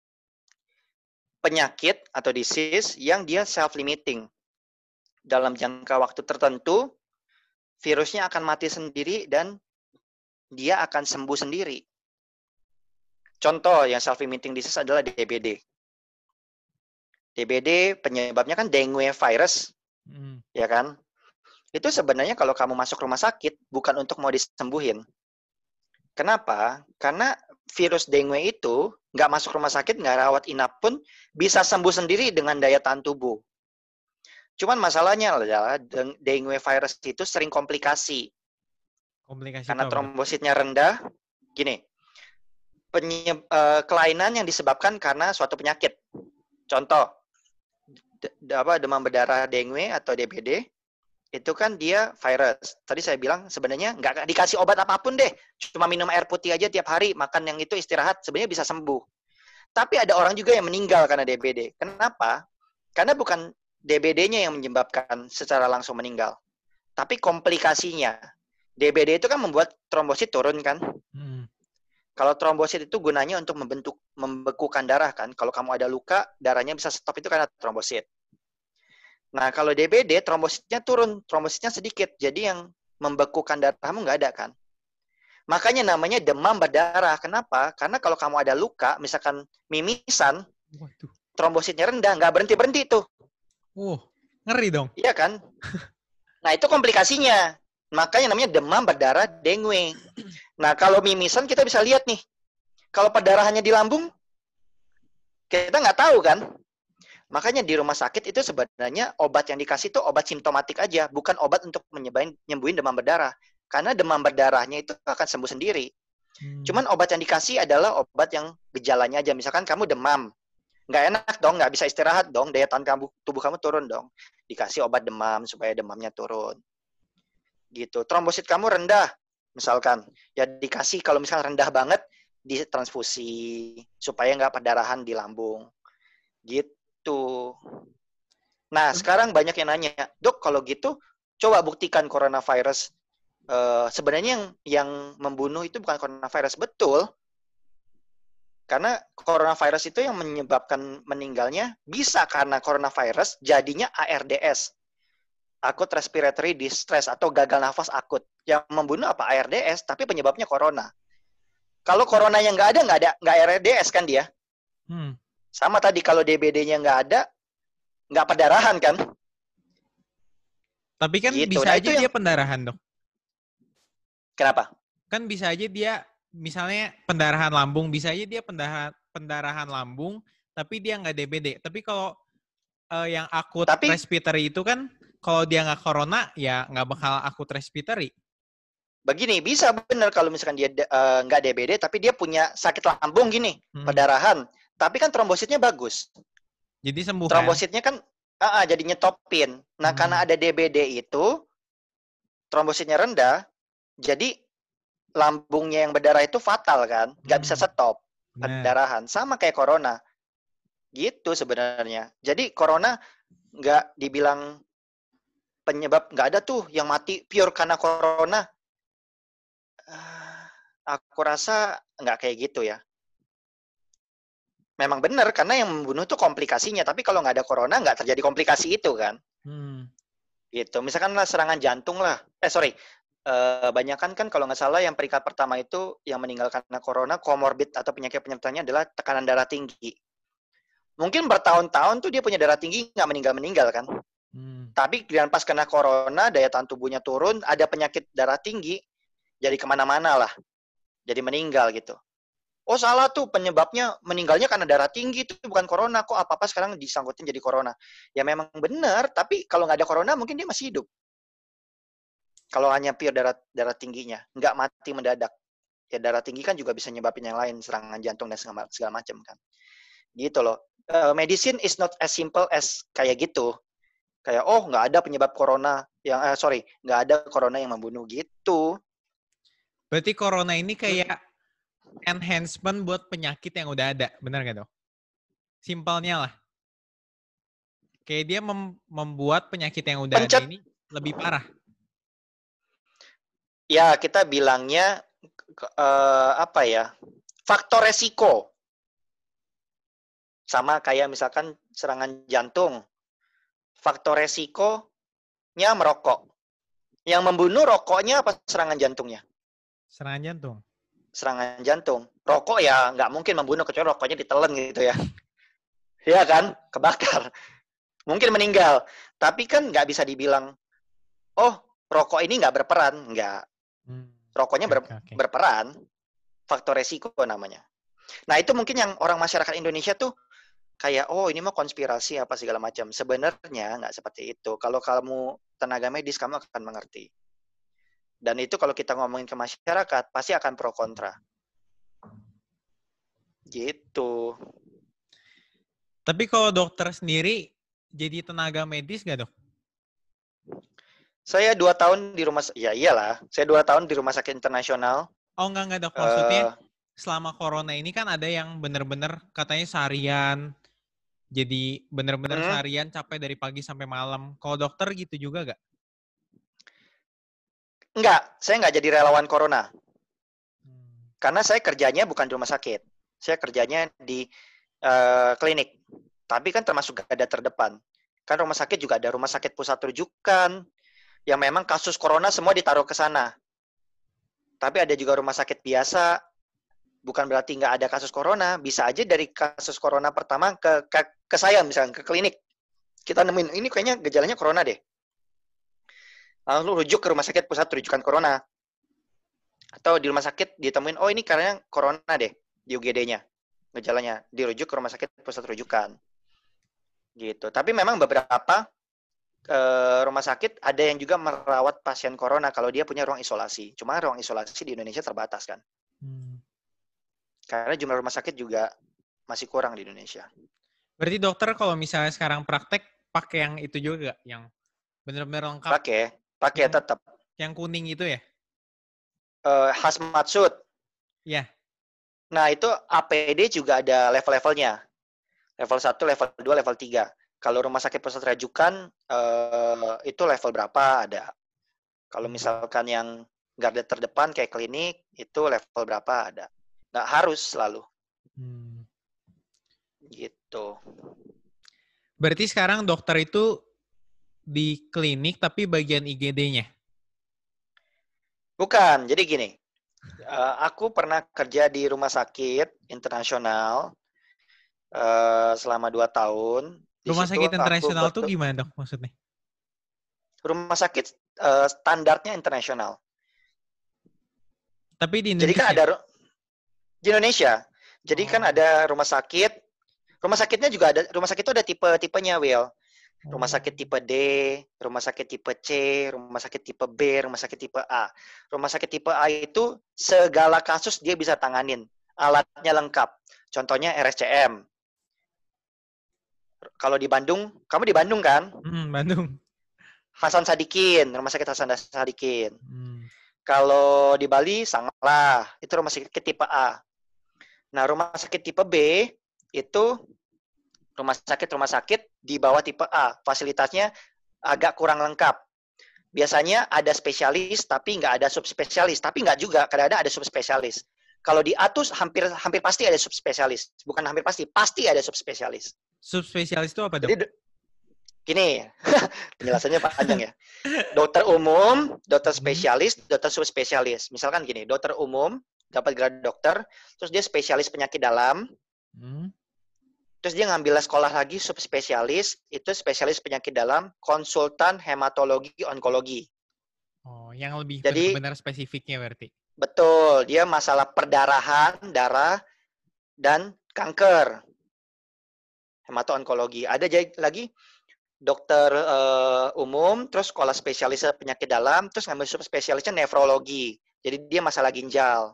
S1: penyakit atau disease yang dia self-limiting. Dalam jangka waktu tertentu, virusnya akan mati sendiri dan dia akan sembuh sendiri. Contoh yang self-limiting disease adalah D B D. D B D penyebabnya kan dengue virus, hmm. ya kan? Itu sebenarnya kalau kamu masuk rumah sakit bukan untuk mau disembuhin. Kenapa? Karena virus dengue itu nggak masuk rumah sakit, nggak rawat inap pun bisa sembuh sendiri dengan daya tahan tubuh. Cuman masalahnya adalah dengue virus itu sering komplikasi. Komplikasi karena trombositnya rendah. Gini, penyeb, uh, kelainan yang disebabkan karena suatu penyakit. Contoh, de, de, apa, demam berdarah dengue atau D B D, itu kan dia virus. Tadi saya bilang sebenarnya nggak dikasih obat apapun deh. Cuma minum air putih aja tiap hari, makan yang itu istirahat, sebenarnya bisa sembuh. Tapi ada orang juga yang meninggal karena D B D. Kenapa? Karena bukan D B D-nya yang menyebabkan secara langsung meninggal. Tapi komplikasinya. D B D itu kan membuat trombosit turun kan? Hmm. Kalau trombosit itu gunanya untuk membentuk, membekukan darah kan? Kalau kamu ada luka, darahnya bisa stop itu karena trombosit. Nah, kalau D B D, trombositnya turun, trombositnya sedikit. Jadi yang membekukan darahmu nggak ada kan? Makanya namanya demam berdarah. Kenapa? Karena kalau kamu ada luka, misalkan mimisan, waduh, trombositnya rendah, nggak berhenti-berhenti tuh.
S2: Uh, ngeri dong.
S1: Iya kan? Nah, itu komplikasinya. Makanya namanya demam berdarah dengue. Nah, kalau mimisan kita bisa lihat nih. Kalau perdarahannya di lambung, kita nggak tahu kan? Makanya di rumah sakit itu sebenarnya obat yang dikasih itu obat simptomatik aja, bukan obat untuk menyembuhin, nyembuhin demam berdarah. Karena demam berdarahnya itu akan sembuh sendiri. Hmm. Cuman obat yang dikasih adalah obat yang gejalanya aja. Misalkan kamu demam, nggak enak dong, nggak bisa istirahat dong, daya tahan kamu, tubuh kamu turun dong. Dikasih obat demam supaya demamnya turun. Gitu. Trombosit kamu rendah, misalkan, ya dikasih kalau misalkan rendah banget, ditransfusi supaya nggak perdarahan di lambung. Gitu. Nah, sekarang banyak yang nanya, dok kalau gitu coba buktikan coronavirus. Uh, sebenarnya yang yang membunuh itu bukan coronavirus, betul. Karena coronavirus itu yang menyebabkan meninggalnya bisa karena coronavirus jadinya A R D S. Acute Respiratory Distress atau gagal nafas akut. Yang membunuh apa? A R D S, tapi penyebabnya corona. Kalau corona yang nggak ada, nggak ada, nggak A R D S kan dia. Hmm. Sama tadi kalau D B D-nya nggak ada, nggak perdarahan kan?
S2: Tapi kan gitu. Bisa nah, aja dia yang... pendarahan, dok.
S1: Kenapa?
S2: Kan bisa aja dia, misalnya pendarahan lambung, bisa aja dia pendarahan, pendarahan lambung, tapi dia nggak D B D. Tapi kalau uh, yang akut tapi... respiratory itu kan, kalau dia nggak corona, ya nggak bakal akut respiratory.
S1: Begini, bisa benar kalau misalkan dia uh, nggak D B D, tapi dia punya sakit lambung gini, hmm. perdarahan. Tapi kan trombositnya bagus.
S2: Jadi sembuh
S1: Trombositnya kan, kan uh, uh, jadi nyetopin. Nah, hmm. karena ada D B D itu, trombositnya rendah, jadi lambungnya yang berdarah itu fatal kan, nggak hmm. bisa stop perdarahan. Sama kayak corona. Gitu sebenarnya. Jadi corona nggak dibilang penyebab, nggak ada tuh yang mati pure karena corona. Uh, aku rasa nggak kayak gitu ya. Memang benar, karena yang membunuh itu komplikasinya. Tapi kalau nggak ada corona, nggak terjadi komplikasi itu kan. Hmm. Gitu. Misalkan lah serangan jantung lah. Eh, sorry. Uh, banyakan kan kalau nggak salah yang peringkat pertama itu yang meninggal karena corona, komorbid atau penyakit penyertanya adalah tekanan darah tinggi. Mungkin bertahun-tahun tuh dia punya darah tinggi, nggak meninggal-meninggal kan. Hmm. Tapi kemudian pas kena corona, daya tahan tubuhnya turun, ada penyakit darah tinggi, jadi kemana-mana lah. Jadi meninggal gitu. Oh salah tuh, penyebabnya meninggalnya karena darah tinggi, itu bukan corona. Kok apa-apa sekarang disangkutin jadi corona. Ya memang benar, tapi kalau nggak ada corona mungkin dia masih hidup. Kalau hanya pure darah, darah tingginya, nggak mati mendadak. Ya darah tinggi kan juga bisa nyebabin yang lain, serangan jantung dan segala, segala macam kan. Gitu loh. Uh, medicine is not as simple as kayak gitu. Kayak, oh nggak ada penyebab corona, yang uh, sorry, nggak ada corona yang membunuh gitu.
S2: Berarti corona ini kayak enhancement buat penyakit yang udah ada, benar nggak dok? Simpelnya lah. Kayak dia mem- membuat penyakit yang udah Pencet. ada ini lebih parah.
S1: Ya, kita bilangnya uh, apa ya? Faktor resiko. Sama kayak misalkan serangan jantung. Faktor resikonya merokok. Yang membunuh rokoknya apa serangan jantungnya?
S2: Serangan jantung.
S1: Serangan jantung. Rokok ya nggak mungkin membunuh kecuali rokoknya ditelen gitu ya. Iya kan? Kebakar. Mungkin meninggal. Tapi kan nggak bisa dibilang, oh rokok ini nggak berperan. Nggak. Rokoknya ber, okay, okay. berperan. Faktor resiko namanya. Nah itu mungkin yang orang masyarakat Indonesia tuh kayak, oh ini mah konspirasi apa segala macam. Sebenarnya nggak seperti itu. Kalau kamu tenaga medis, kamu akan mengerti. Dan itu kalau kita ngomongin ke masyarakat, pasti akan pro kontra. Gitu.
S2: Tapi kalau dokter sendiri, jadi tenaga medis nggak dok?
S1: Saya dua tahun di rumah, ya iyalah. Saya dua tahun di rumah sakit internasional.
S2: Oh enggak, enggak dok. Maksudnya uh, selama corona ini kan ada yang benar-benar katanya seharian. Jadi benar-benar hmm. seharian capek dari pagi sampai malam. Kalau dokter gitu juga nggak?
S1: Enggak, saya nggak jadi relawan corona. Hmm. Karena saya kerjanya bukan di rumah sakit. Saya kerjanya di uh, klinik. Tapi kan termasuk garda terdepan. Kan rumah sakit juga ada rumah sakit pusat rujukan. Yang memang kasus corona semua ditaruh ke sana. Tapi ada juga rumah sakit biasa. Bukan berarti nggak ada kasus corona. Bisa aja dari kasus corona pertama ke, ke, ke saya misalnya, ke klinik. Kita nemuin, ini kayaknya gejalanya corona deh. Lalu rujuk ke rumah sakit pusat rujukan corona. Atau di rumah sakit ditemuin, oh ini karena corona deh, di U G D-nya. Gejalanya, dirujuk ke rumah sakit pusat rujukan. Gitu. Tapi memang beberapa uh, rumah sakit ada yang juga merawat pasien corona kalau dia punya ruang isolasi. Cuma ruang isolasi di Indonesia terbatas kan. Hmm. Karena jumlah rumah sakit juga masih kurang di Indonesia.
S2: Berarti dokter kalau misalnya sekarang praktek pakai yang itu juga, yang benar-benar lengkap?
S1: Pakai, pakai tetap.
S2: Yang kuning itu ya?
S1: Uh, hazmat suit.
S2: Iya. Yeah.
S1: Nah, itu A P D juga ada level-levelnya. Level satu, level dua, level tiga. Kalau rumah sakit pusat rujukan, uh, itu level berapa ada. Kalau misalkan yang garda terdepan kayak klinik, itu level berapa ada. Nggak harus selalu. Hmm. Gitu.
S2: Berarti sekarang dokter itu di klinik tapi bagian I G D-nya?
S1: Bukan, jadi gini. Uh, aku pernah kerja di rumah sakit internasional uh, selama dua tahun.
S2: Di rumah sakit internasional itu gimana dok maksudnya?
S1: Rumah sakit uh, standarnya internasional.
S2: Tapi di Indonesia?
S1: Jadi kan ada di Indonesia. Jadi oh. kan ada rumah sakit. Rumah sakitnya juga ada. Rumah sakit itu ada tipe-tipenya, Will. Rumah sakit tipe D, rumah sakit tipe C, rumah sakit tipe B, rumah sakit tipe A. Rumah sakit tipe A itu segala kasus dia bisa tanganin. Alatnya lengkap. Contohnya R S C M. Kalau di Bandung, kamu di Bandung kan?
S2: Hmm, Bandung.
S1: Hasan Sadikin, rumah sakit Hasan Sadikin. Hmm. Kalau di Bali, Sanglah. Itu rumah sakit tipe A. Nah, rumah sakit tipe B itu rumah sakit-rumah sakit di bawah tipe A. Fasilitasnya agak kurang lengkap. Biasanya ada spesialis, tapi nggak ada subspesialis. Tapi nggak juga, kadang-kadang ada subspesialis. Kalau di A tuh hampir hampir pasti ada subspesialis. Bukan hampir pasti, pasti ada subspesialis.
S2: Subspesialis itu apa, dok?
S1: Jadi, gini, penjelasannya panjang ya. Dokter umum, dokter spesialis, dokter subspesialis. Misalkan gini, dokter umum dapat gelar dokter, terus dia spesialis penyakit dalam, hmm. terus dia ngambil sekolah lagi subspesialis, itu spesialis penyakit dalam, konsultan hematologi onkologi.
S2: Oh, yang lebih Jadi, benar spesifiknya berarti.
S1: Betul, dia masalah perdarahan, darah, dan kanker. Hemato-onkologi. Ada lagi dokter uh, umum, terus sekolah spesialis penyakit dalam, terus ngambil subspesialisnya nefrologi. Jadi dia masalah ginjal.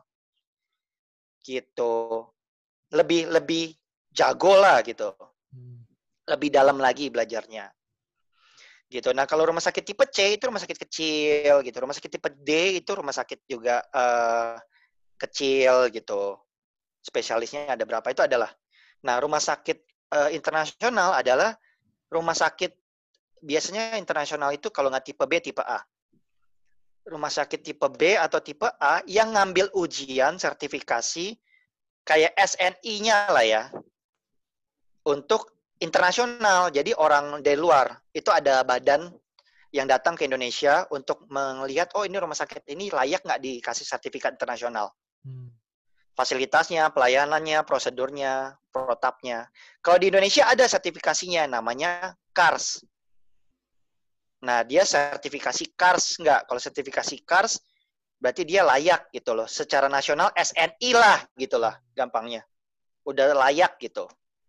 S1: Gitu. Lebih lebih jago lah gitu. Lebih dalam lagi belajarnya. Gitu. Nah, kalau rumah sakit tipe C itu rumah sakit kecil gitu. Rumah sakit tipe D itu rumah sakit juga uh, kecil gitu. Spesialisnya ada berapa itu adalah. Nah, rumah sakit uh, internasional adalah rumah sakit biasanya internasional itu kalau nggak tipe B, tipe A. Rumah sakit tipe B atau tipe A yang ngambil ujian sertifikasi kayak S N I-nya lah ya. Untuk internasional. Jadi orang dari luar. Itu ada badan yang datang ke Indonesia untuk melihat, oh ini rumah sakit ini layak nggak dikasih sertifikat internasional. Hmm. Fasilitasnya, pelayanannya, prosedurnya, protapnya. Kalau di Indonesia ada sertifikasinya, namanya C A R S. Nah, dia sertifikasi C A R S enggak. Kalau sertifikasi C A R S, berarti dia layak gitu loh. Secara nasional S N I lah gitu lah, gampangnya. Udah layak gitu.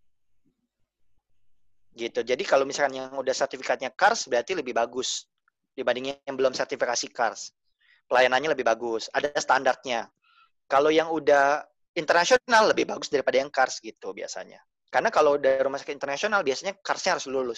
S1: Gitu. Jadi kalau misalkan yang udah sertifikatnya C A R S, berarti lebih bagus dibandingin yang belum sertifikasi C A R S. Pelayanannya lebih bagus. Ada standarnya. Kalau yang udah internasional lebih bagus daripada yang C A R S gitu biasanya. Karena kalau dari rumah sakit internasional biasanya C A R S-nya harus lulus.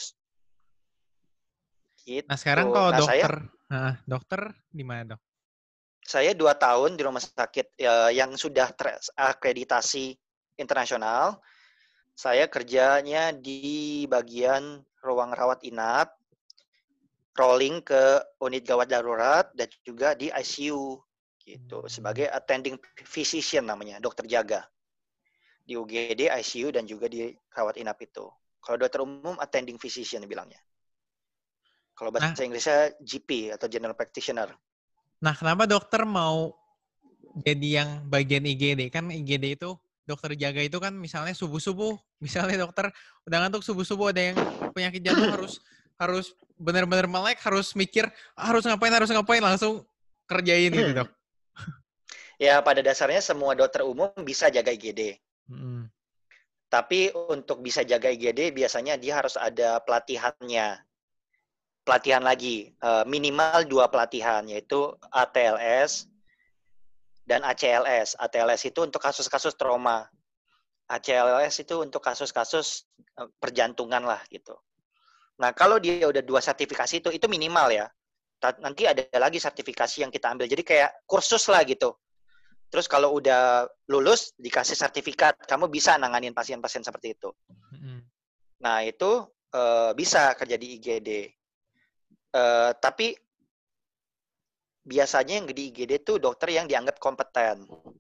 S1: Gitu.
S2: Nah sekarang kalau nah, dokter, saya, nah, dokter di mana dok?
S1: Saya dua tahun di rumah sakit ya, yang sudah terakreditasi internasional. Saya kerjanya di bagian ruang rawat inap, rolling ke unit gawat darurat, dan juga di I C U. Gitu, sebagai attending physician namanya, dokter jaga. Di U G D, I C U, dan juga di rawat inap itu. Kalau dokter umum, attending physician bilangnya. Kalau bahasa nah, Inggrisnya G P atau general practitioner.
S2: Nah, kenapa dokter mau jadi yang bagian I G D? Kan I G D itu, dokter jaga itu kan misalnya subuh-subuh. Misalnya dokter udah ngantuk subuh-subuh ada yang penyakit jantung harus harus benar-benar melek, harus mikir, harus ngapain, harus ngapain, langsung kerjain gitu dok.
S1: Ya, pada dasarnya semua dokter umum bisa jaga I G D. Hmm. Tapi untuk bisa jaga I G D biasanya dia harus ada pelatihannya. Pelatihan lagi, minimal dua pelatihan, yaitu A T L S dan A C L S. A T L S itu untuk kasus-kasus trauma. A C L S itu untuk kasus-kasus perjantungan lah gitu. Nah, kalau dia udah dua sertifikasi itu, itu minimal ya. Nanti ada lagi sertifikasi yang kita ambil. Jadi kayak kursus lah gitu. Terus kalau udah lulus, dikasih sertifikat. Kamu bisa nanganin pasien-pasien seperti itu. Mm-hmm. Nah, itu uh, bisa kerja di I G D. Uh, tapi biasanya yang di I G D itu dokter yang dianggap kompeten.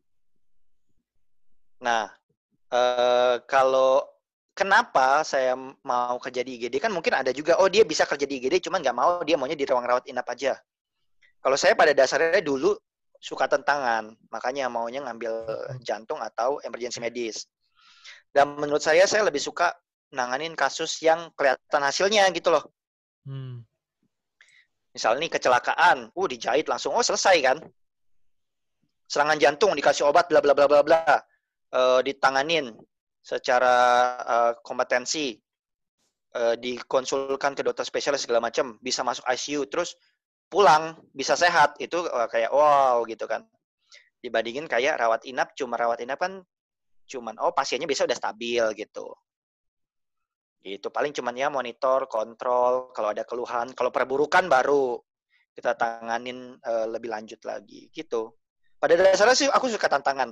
S1: Nah, uh, kalau kenapa saya mau kerja di I G D, kan mungkin ada juga, oh dia bisa kerja di I G D, cuman nggak mau, dia maunya di ruang rawat inap aja. Kalau saya pada dasarnya dulu suka tentangan, makanya maunya ngambil jantung atau emergency medis. Dan menurut saya, saya lebih suka nanganin kasus yang kelihatan hasilnya gitu loh. Hmm. Misalnya nih kecelakaan, uh dijahit langsung, oh selesai kan. Serangan jantung dikasih obat, bla bla bla bla bla, uh, ditanganin secara uh, kompetensi, uh, dikonsulkan ke dokter spesialis segala macam, bisa masuk I C U, terus pulang bisa sehat, itu uh, kayak wow gitu kan. Dibandingin kayak rawat inap, cuma rawat inap kan cuman oh pasiennya biasa udah stabil gitu. Itu paling cuman ya monitor, kontrol, kalau ada keluhan, kalau perburukan baru kita tanganin uh, lebih lanjut lagi gitu. Pada dasarnya sih aku suka tantangan.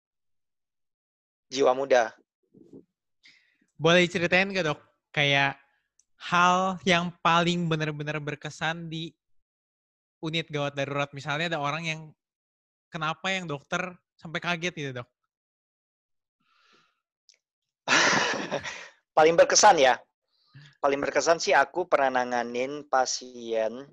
S1: Jiwa muda.
S2: Boleh ceritain gak dok, kayak hal yang paling benar-benar berkesan di unit gawat darurat? Misalnya ada orang yang kenapa yang dokter sampai kaget gitu dok?
S1: Paling berkesan ya. Paling berkesan sih aku pernah nanganin pasien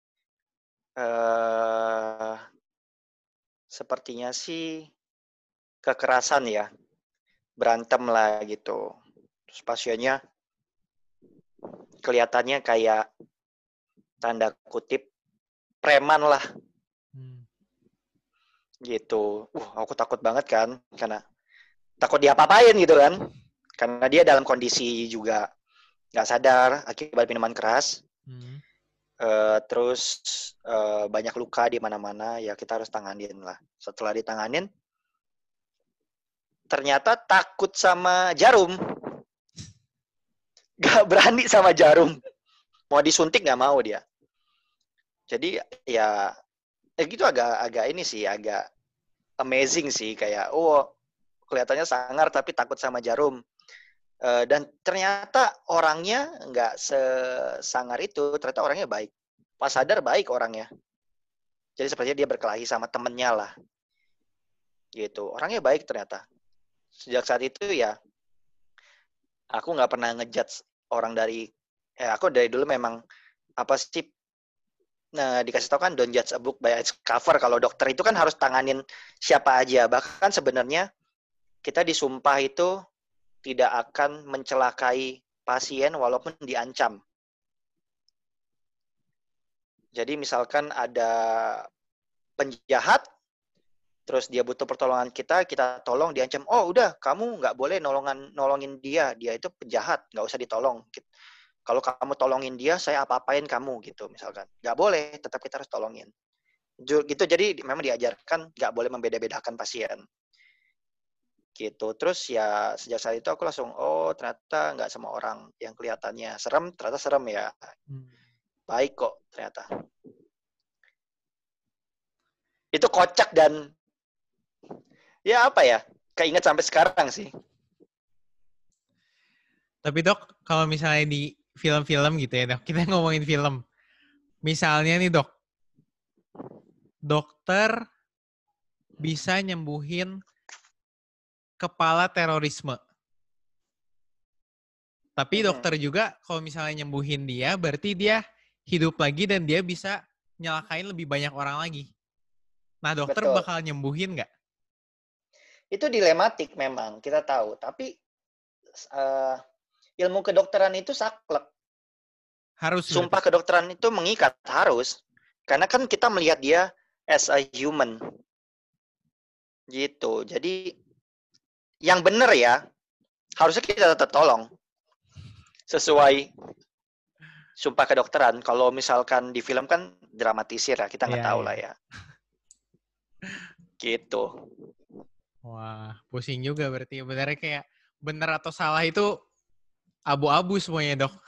S1: uh, sepertinya sih kekerasan ya. Berantem lah gitu. Terus pasiennya kelihatannya kayak tanda kutip preman lah. Hmm. Gitu. Uh, aku takut banget kan. Karena takut diapa-apain gitu kan. Karena dia dalam kondisi juga nggak sadar akibat minuman keras. Hmm. Uh, terus uh, banyak luka di mana-mana. Ya kita harus tanganin lah. Setelah ditanganin, ternyata takut sama jarum. Gak berani sama jarum. Mau disuntik gak mau dia. Jadi ya eh gitu agak agak ini sih, agak amazing sih. Kayak oh kelihatannya sangar tapi takut sama jarum. Uh, dan ternyata orangnya gak sesangar itu. Ternyata orangnya baik. Pas sadar baik orangnya. Jadi sepertinya dia berkelahi sama temennya lah. Gitu. Orangnya baik ternyata. Sejak saat itu ya aku gak pernah ngejudge orang dari, ya aku dari dulu memang apa sih, nah dikasih tahu kan don't judge a book by its cover. Kalau dokter itu kan harus tanganin siapa aja. Bahkan sebenarnya kita disumpah itu tidak akan mencelakai pasien walaupun diancam. Jadi misalkan ada penjahat, terus dia butuh pertolongan kita, kita tolong, diancam, oh udah kamu nggak boleh nolongan nolongin dia, dia itu penjahat, nggak usah ditolong. Kalau kamu tolongin dia, saya apa-apain kamu gitu misalkan. Nggak boleh, tetap kita harus tolongin. Gitu, jadi memang diajarkan nggak boleh membeda-bedakan pasien. Gitu. Terus ya sejak saat itu aku langsung, oh ternyata nggak semua orang yang kelihatannya serem, ternyata serem ya. Baik kok ternyata. Itu kocak dan ya apa ya, keinget sampai sekarang sih.
S2: Tapi dok, kalau misalnya di film-film gitu ya dok, kita ngomongin film. Misalnya nih dok, dokter bisa nyembuhin kepala terorisme. Tapi dokter juga kalau misalnya nyembuhin dia, berarti dia hidup lagi dan dia bisa nyelakain lebih banyak orang lagi. Nah dokter Betul. bakal nyembuhin nggak?
S1: Itu dilematik memang, kita tahu. Tapi uh, ilmu kedokteran itu saklek.
S2: Harus.
S1: Sumpah berarti. Kedokteran itu mengikat, harus. Karena kan kita melihat dia as a human. Gitu. Jadi yang benar ya, harusnya kita tetap tolong sesuai sumpah kedokteran. Kalau misalkan di film kan dramatisir ya, kita nggak
S2: Iya,
S1: tahu
S2: iya.
S1: lah ya. Gitu.
S2: Wah, pusing juga berarti. Benernya kayak bener atau salah itu abu-abu semuanya, Dok.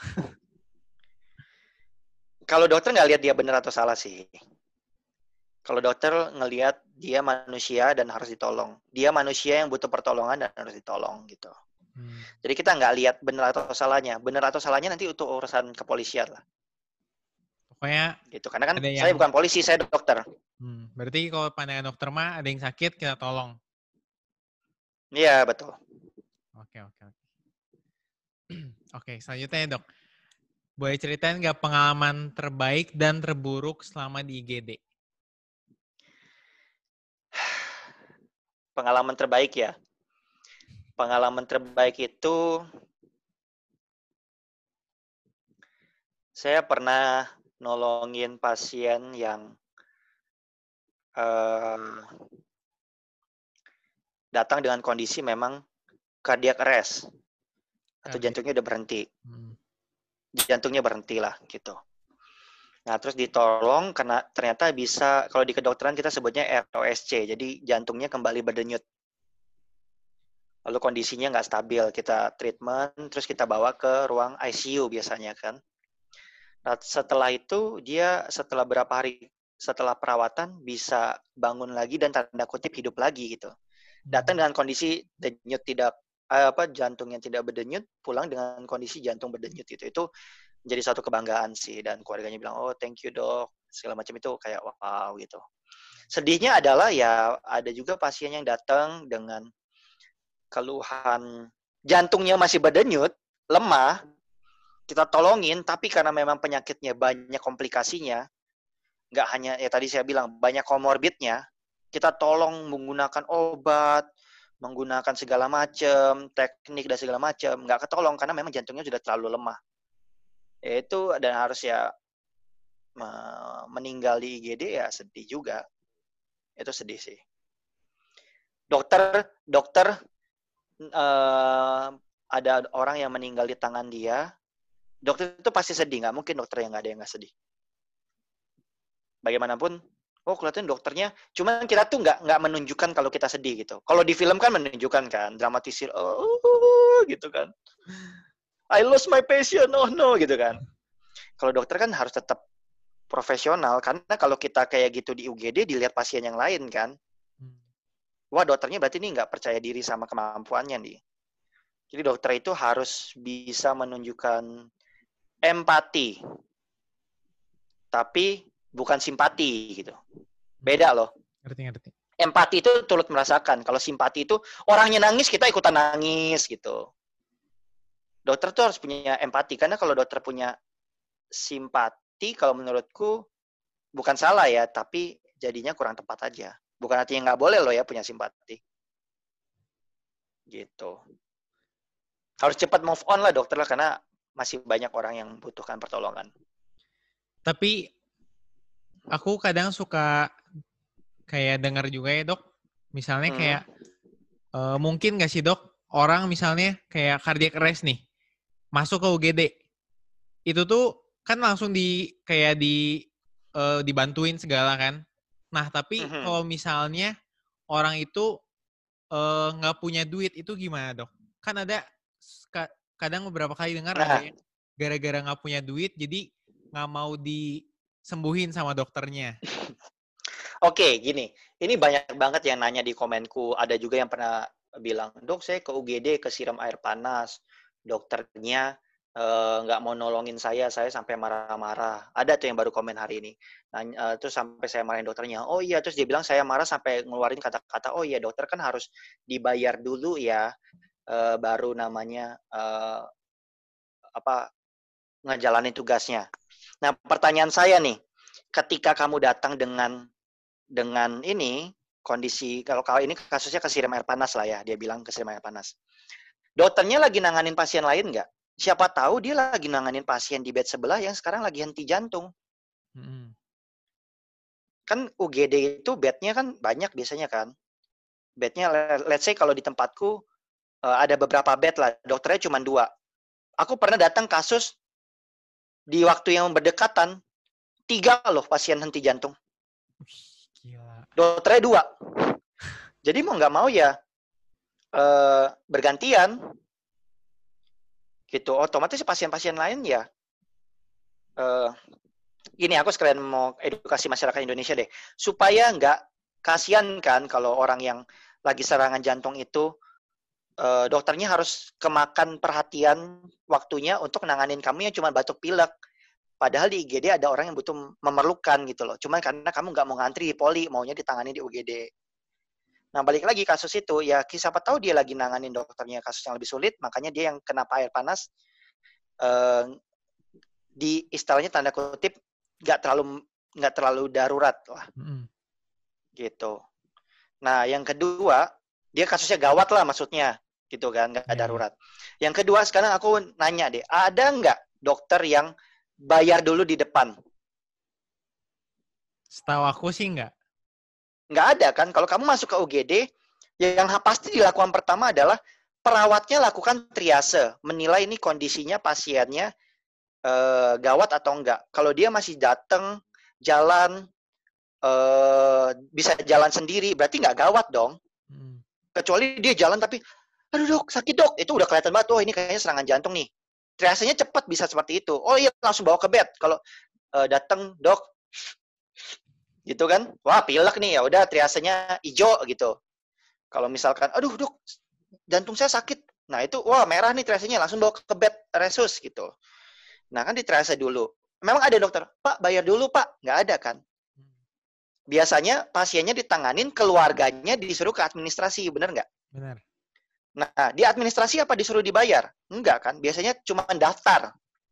S1: Kalau dokter nggak lihat dia benar atau salah sih. Kalau dokter ngelihat dia manusia dan harus ditolong. Dia manusia yang butuh pertolongan dan harus ditolong gitu. Hmm. Jadi kita nggak lihat benar atau salahnya. Benar atau salahnya nanti untuk urusan kepolisian lah.
S2: Pokoknya
S1: gitu. Karena kan
S2: yang...
S1: saya bukan polisi, saya dokter.
S2: Hmm. Berarti kalau pandangan dokter mah ada yang sakit kita tolong.
S1: Iya, betul.
S2: Oke, oke, oke. Oke, selanjutnya Dok. Boleh ceritain nggak pengalaman terbaik dan terburuk selama di I G D?
S1: Pengalaman terbaik ya. Pengalaman terbaik itu saya pernah nolongin pasien yang uh, datang dengan kondisi memang cardiac arrest atau jantungnya udah berhenti. Hmm. Jantungnya berhenti lah gitu. Nah, terus ditolong karena ternyata bisa, kalau di kedokteran kita sebutnya R O S C, jadi jantungnya kembali berdenyut. Lalu kondisinya nggak stabil, kita treatment, terus kita bawa ke ruang I C U biasanya kan. Nah, setelah itu dia setelah berapa hari setelah perawatan bisa bangun lagi dan tanda kutip hidup lagi gitu. Datang dengan kondisi denyut tidak eh, apa jantung yang tidak berdenyut, pulang dengan kondisi jantung berdenyut itu. Itu jadi suatu kebanggaan sih, dan keluarganya bilang, oh thank you dok, segala macam itu kayak wow gitu. Sedihnya adalah ya ada juga pasien yang datang dengan keluhan jantungnya masih berdenyut, lemah, kita tolongin, tapi karena memang penyakitnya banyak komplikasinya, nggak hanya, ya tadi saya bilang, banyak komorbidnya, kita tolong menggunakan obat, menggunakan segala macam, teknik dan segala macam, nggak ketolong karena memang jantungnya sudah terlalu lemah. Itu dan harus ya meninggal di I G D ya sedih juga. Itu sedih sih. Dokter, dokter uh, ada orang yang meninggal di tangan dia. Dokter itu pasti sedih, nggak mungkin dokter yang nggak ada yang nggak sedih. Bagaimanapun, oh kelihatan dokternya, cuman kita tuh nggak nggak menunjukkan kalau kita sedih gitu. Kalau di film kan menunjukkan kan, dramatisir, oh gitu kan. I lost my patient, oh no gitu kan. Kalau dokter kan harus tetap profesional, karena kalau kita kayak gitu di U G D dilihat pasien yang lain kan. Wah dokternya berarti ini nggak percaya diri sama kemampuannya nih. Jadi dokter itu harus bisa menunjukkan empati, tapi bukan simpati gitu. Beda loh.
S2: Ngerti, ngerti.
S1: Empati itu turut merasakan. Kalau simpati itu orangnya nangis, kita ikutan nangis gitu. Dokter tuh harus punya empati, karena kalau dokter punya simpati, kalau menurutku bukan salah ya, tapi jadinya kurang tepat aja. Bukan artinya nggak boleh loh ya punya simpati. Gitu. Harus cepat move on lah dokter lah, karena masih banyak orang yang membutuhkan pertolongan.
S2: Tapi aku kadang suka kayak dengar juga ya dok, misalnya kayak hmm. uh, mungkin nggak sih dok, orang misalnya kayak cardiac arrest nih, masuk ke U G D, itu tuh kan langsung di kayak di uh, dibantuin segala kan. Nah tapi mm-hmm. kalau misalnya orang itu nggak uh, punya duit, itu gimana dok? Kan ada kadang beberapa kali dengar nah. ada yang gara-gara nggak punya duit jadi nggak mau disembuhin sama dokternya.
S1: Oke, gini, ini banyak banget yang nanya di komenku. Ada juga yang pernah bilang, dok saya ke U G D kesiram air panas, dokternya nggak uh, mau nolongin saya, saya sampai marah-marah. Ada tuh yang baru komen hari ini. Nah, uh, terus sampai saya marahin dokternya. Oh iya, terus dia bilang saya marah sampai ngeluarin kata-kata, oh iya dokter kan harus dibayar dulu ya, uh, baru namanya uh, apa ngejalanin tugasnya. Nah, pertanyaan saya nih, ketika kamu datang dengan dengan ini kondisi, kalau kalau ini kasusnya kesiram air panas lah ya, dia bilang kesiram air panas. Dokternya lagi nanganin pasien lain nggak? Siapa tahu dia lagi nanganin pasien di bed sebelah yang sekarang lagi henti jantung. Hmm. Kan U G D itu bednya kan banyak biasanya kan. Bednya, let's say kalau di tempatku uh, ada beberapa bed lah, dokternya cuma dua. Aku pernah datang kasus di waktu yang berdekatan, tiga loh pasien henti jantung.
S2: Gila.
S1: Dokternya dua. Jadi mau nggak mau ya uh, bergantian. Gitu. Otomatis pasien-pasien lain ya. Uh, ini aku sekalian mau edukasi masyarakat Indonesia deh. Supaya nggak kasihan kan kalau orang yang lagi serangan jantung itu, uh, dokternya harus kemakan perhatian waktunya untuk nanganin kamu yang cuma batuk pilek. Padahal di I G D ada orang yang butuh memerlukan gitu loh. Cuman karena kamu nggak mau ngantri di poli, maunya ditangani di U G D. Nah, balik lagi kasus itu, ya siapa tahu dia lagi nanganin dokternya kasus yang lebih sulit, makanya dia yang kena air panas, eh, di istilahnya tanda kutip, nggak terlalu nggak terlalu darurat lah. Mm. Gitu. Nah, yang kedua, dia kasusnya gawat lah maksudnya, gitu kan, nggak yeah. darurat. Yang kedua, sekarang aku nanya deh, ada nggak dokter yang bayar dulu di depan?
S2: Setahu aku sih nggak.
S1: Nggak ada kan? Kalau kamu masuk ke U G D, yang pasti dilakukan pertama adalah perawatnya lakukan triase, menilai ini kondisinya pasiennya eh, gawat atau enggak. Kalau dia masih datang, jalan, eh, bisa jalan sendiri, berarti nggak gawat dong. Hmm. Kecuali dia jalan tapi, aduh dok, sakit dok, itu udah kelihatan banget, oh ini kayaknya serangan jantung nih. Triasenya cepat bisa seperti itu. Oh iya, langsung bawa ke bed. Kalau eh, datang, dok, gitu kan, wah pilek nih, ya udah triasenya hijau gitu. Kalau misalkan, aduh dok, jantung saya sakit, nah itu wah merah nih triasenya, langsung bawa ke bed resus gitu. Nah kan di triase dulu. Memang ada dokter, Pak bayar dulu Pak, nggak ada kan? Biasanya pasiennya ditanganin, keluarganya disuruh ke administrasi, bener nggak?
S2: Benar.
S1: Nah di administrasi apa disuruh dibayar? Enggak kan? Biasanya cuma daftar.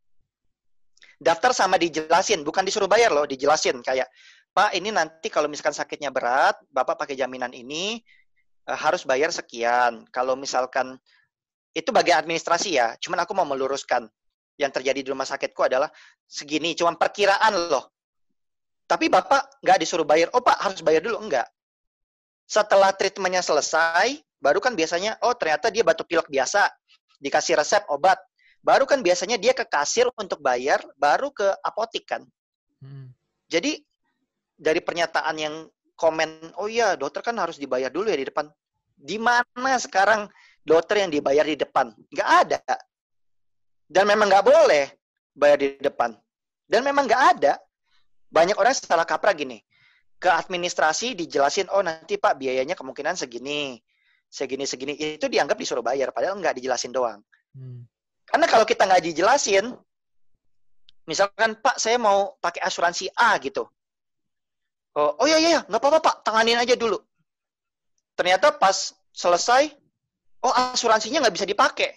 S1: Daftar sama dijelasin, bukan disuruh bayar loh, dijelasin kayak, Pak, ini nanti kalau misalkan sakitnya berat, Bapak pakai jaminan ini, uh, harus bayar sekian. Kalau misalkan, itu bagian administrasi ya, cuman aku mau meluruskan. Yang terjadi di rumah sakitku adalah segini, cuman perkiraan loh. Tapi Bapak nggak disuruh bayar, oh Pak harus bayar dulu, enggak. Setelah treatmentnya selesai, baru kan biasanya, oh ternyata dia batuk pilek biasa, dikasih resep obat. Baru kan biasanya dia ke kasir untuk bayar, baru ke apotik kan. Hmm. Jadi, dari pernyataan yang komen, oh iya dokter kan harus dibayar dulu ya di depan. Di mana sekarang dokter yang dibayar di depan? Nggak ada. Dan memang nggak boleh bayar di depan. Dan memang nggak ada. Banyak orang salah kaprah gini. Ke administrasi dijelasin, oh nanti Pak biayanya kemungkinan segini. Segini-segini. Itu dianggap disuruh bayar. Padahal nggak dijelasin doang. Hmm. Karena kalau kita nggak dijelasin, misalkan Pak saya mau pakai asuransi A gitu. Oh, oh iya, iya, nggak apa-apa Pak, tanganin aja dulu. Ternyata pas selesai, oh asuransinya nggak bisa dipakai.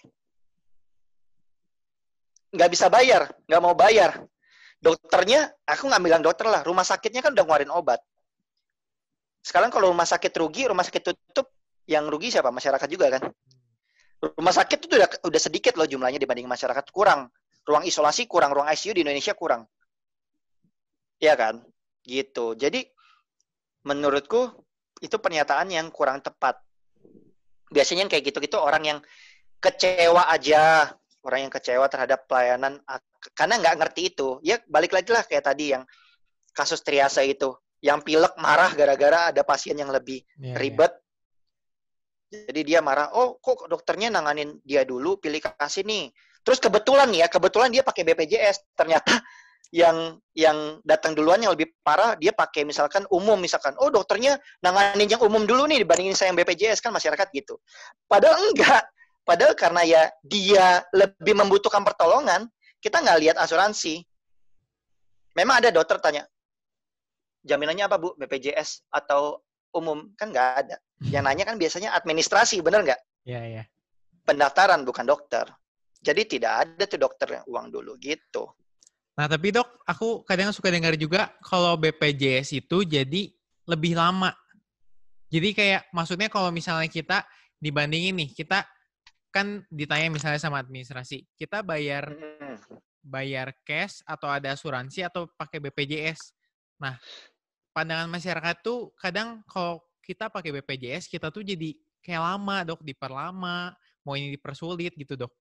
S1: Nggak bisa bayar, nggak mau bayar. Dokternya, aku nggak bilang dokter lah, rumah sakitnya kan udah ngeluarin obat. Sekarang kalau rumah sakit rugi, rumah sakit tutup, yang rugi siapa? Masyarakat juga kan? Rumah sakit itu udah, udah sedikit loh jumlahnya dibanding masyarakat, kurang. Ruang isolasi kurang, ruang I C U di Indonesia kurang. Iya kan? Gitu. Jadi menurutku itu pernyataan yang kurang tepat. Biasanya yang kayak gitu-gitu orang yang kecewa aja, orang yang kecewa terhadap pelayanan karena nggak ngerti itu. Ya balik lagi lah kayak tadi yang kasus triase itu, yang pilek marah gara-gara ada pasien yang lebih yeah, ribet. Yeah. Jadi dia marah, oh kok dokternya nanganin dia dulu, pilih kasih nih. Terus kebetulan ya, kebetulan dia pakai B P J S, ternyata yang yang datang duluan yang lebih parah dia pakai misalkan umum misalkan, oh dokternya nanganin yang umum dulu nih dibandingin saya yang B P J S, kan masyarakat gitu. Padahal enggak, padahal karena ya dia lebih membutuhkan pertolongan, kita nggak lihat asuransi. Memang ada dokter tanya, jaminannya apa Bu, B P J S atau umum? Kan nggak ada. Yang nanya kan biasanya administrasi, bener nggak?
S2: Iya, yeah, iya. Yeah.
S1: Pendaftaran bukan dokter. Jadi tidak ada tuh dokter yang uang dulu gitu.
S2: Nah, tapi dok, aku kadang suka dengar juga kalau B P J S itu jadi lebih lama. Jadi kayak, maksudnya kalau misalnya kita dibandingin nih, kita kan ditanya misalnya sama administrasi, kita bayar bayar cash atau ada asuransi atau pakai B P J S. Nah, pandangan masyarakat tuh kadang kalau kita pakai B P J S, kita tuh jadi kayak lama dok, diperlama. mau ini dipersulit gitu, Dok?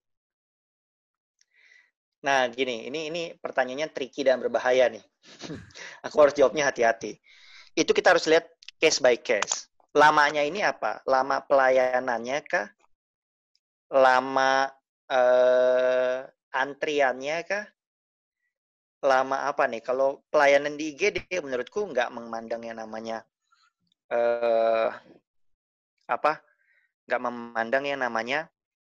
S1: Nah, gini, ini ini pertanyaannya tricky dan berbahaya nih. Aku harus jawabnya hati-hati. Itu kita harus lihat case by case. Lamanya ini apa? Lama pelayanannya kah? Lama eh, antriannya kah? Lama apa nih? Kalau pelayanan di I G D menurutku nggak memandang yang namanya eh, apa? Nggak memandang yang namanya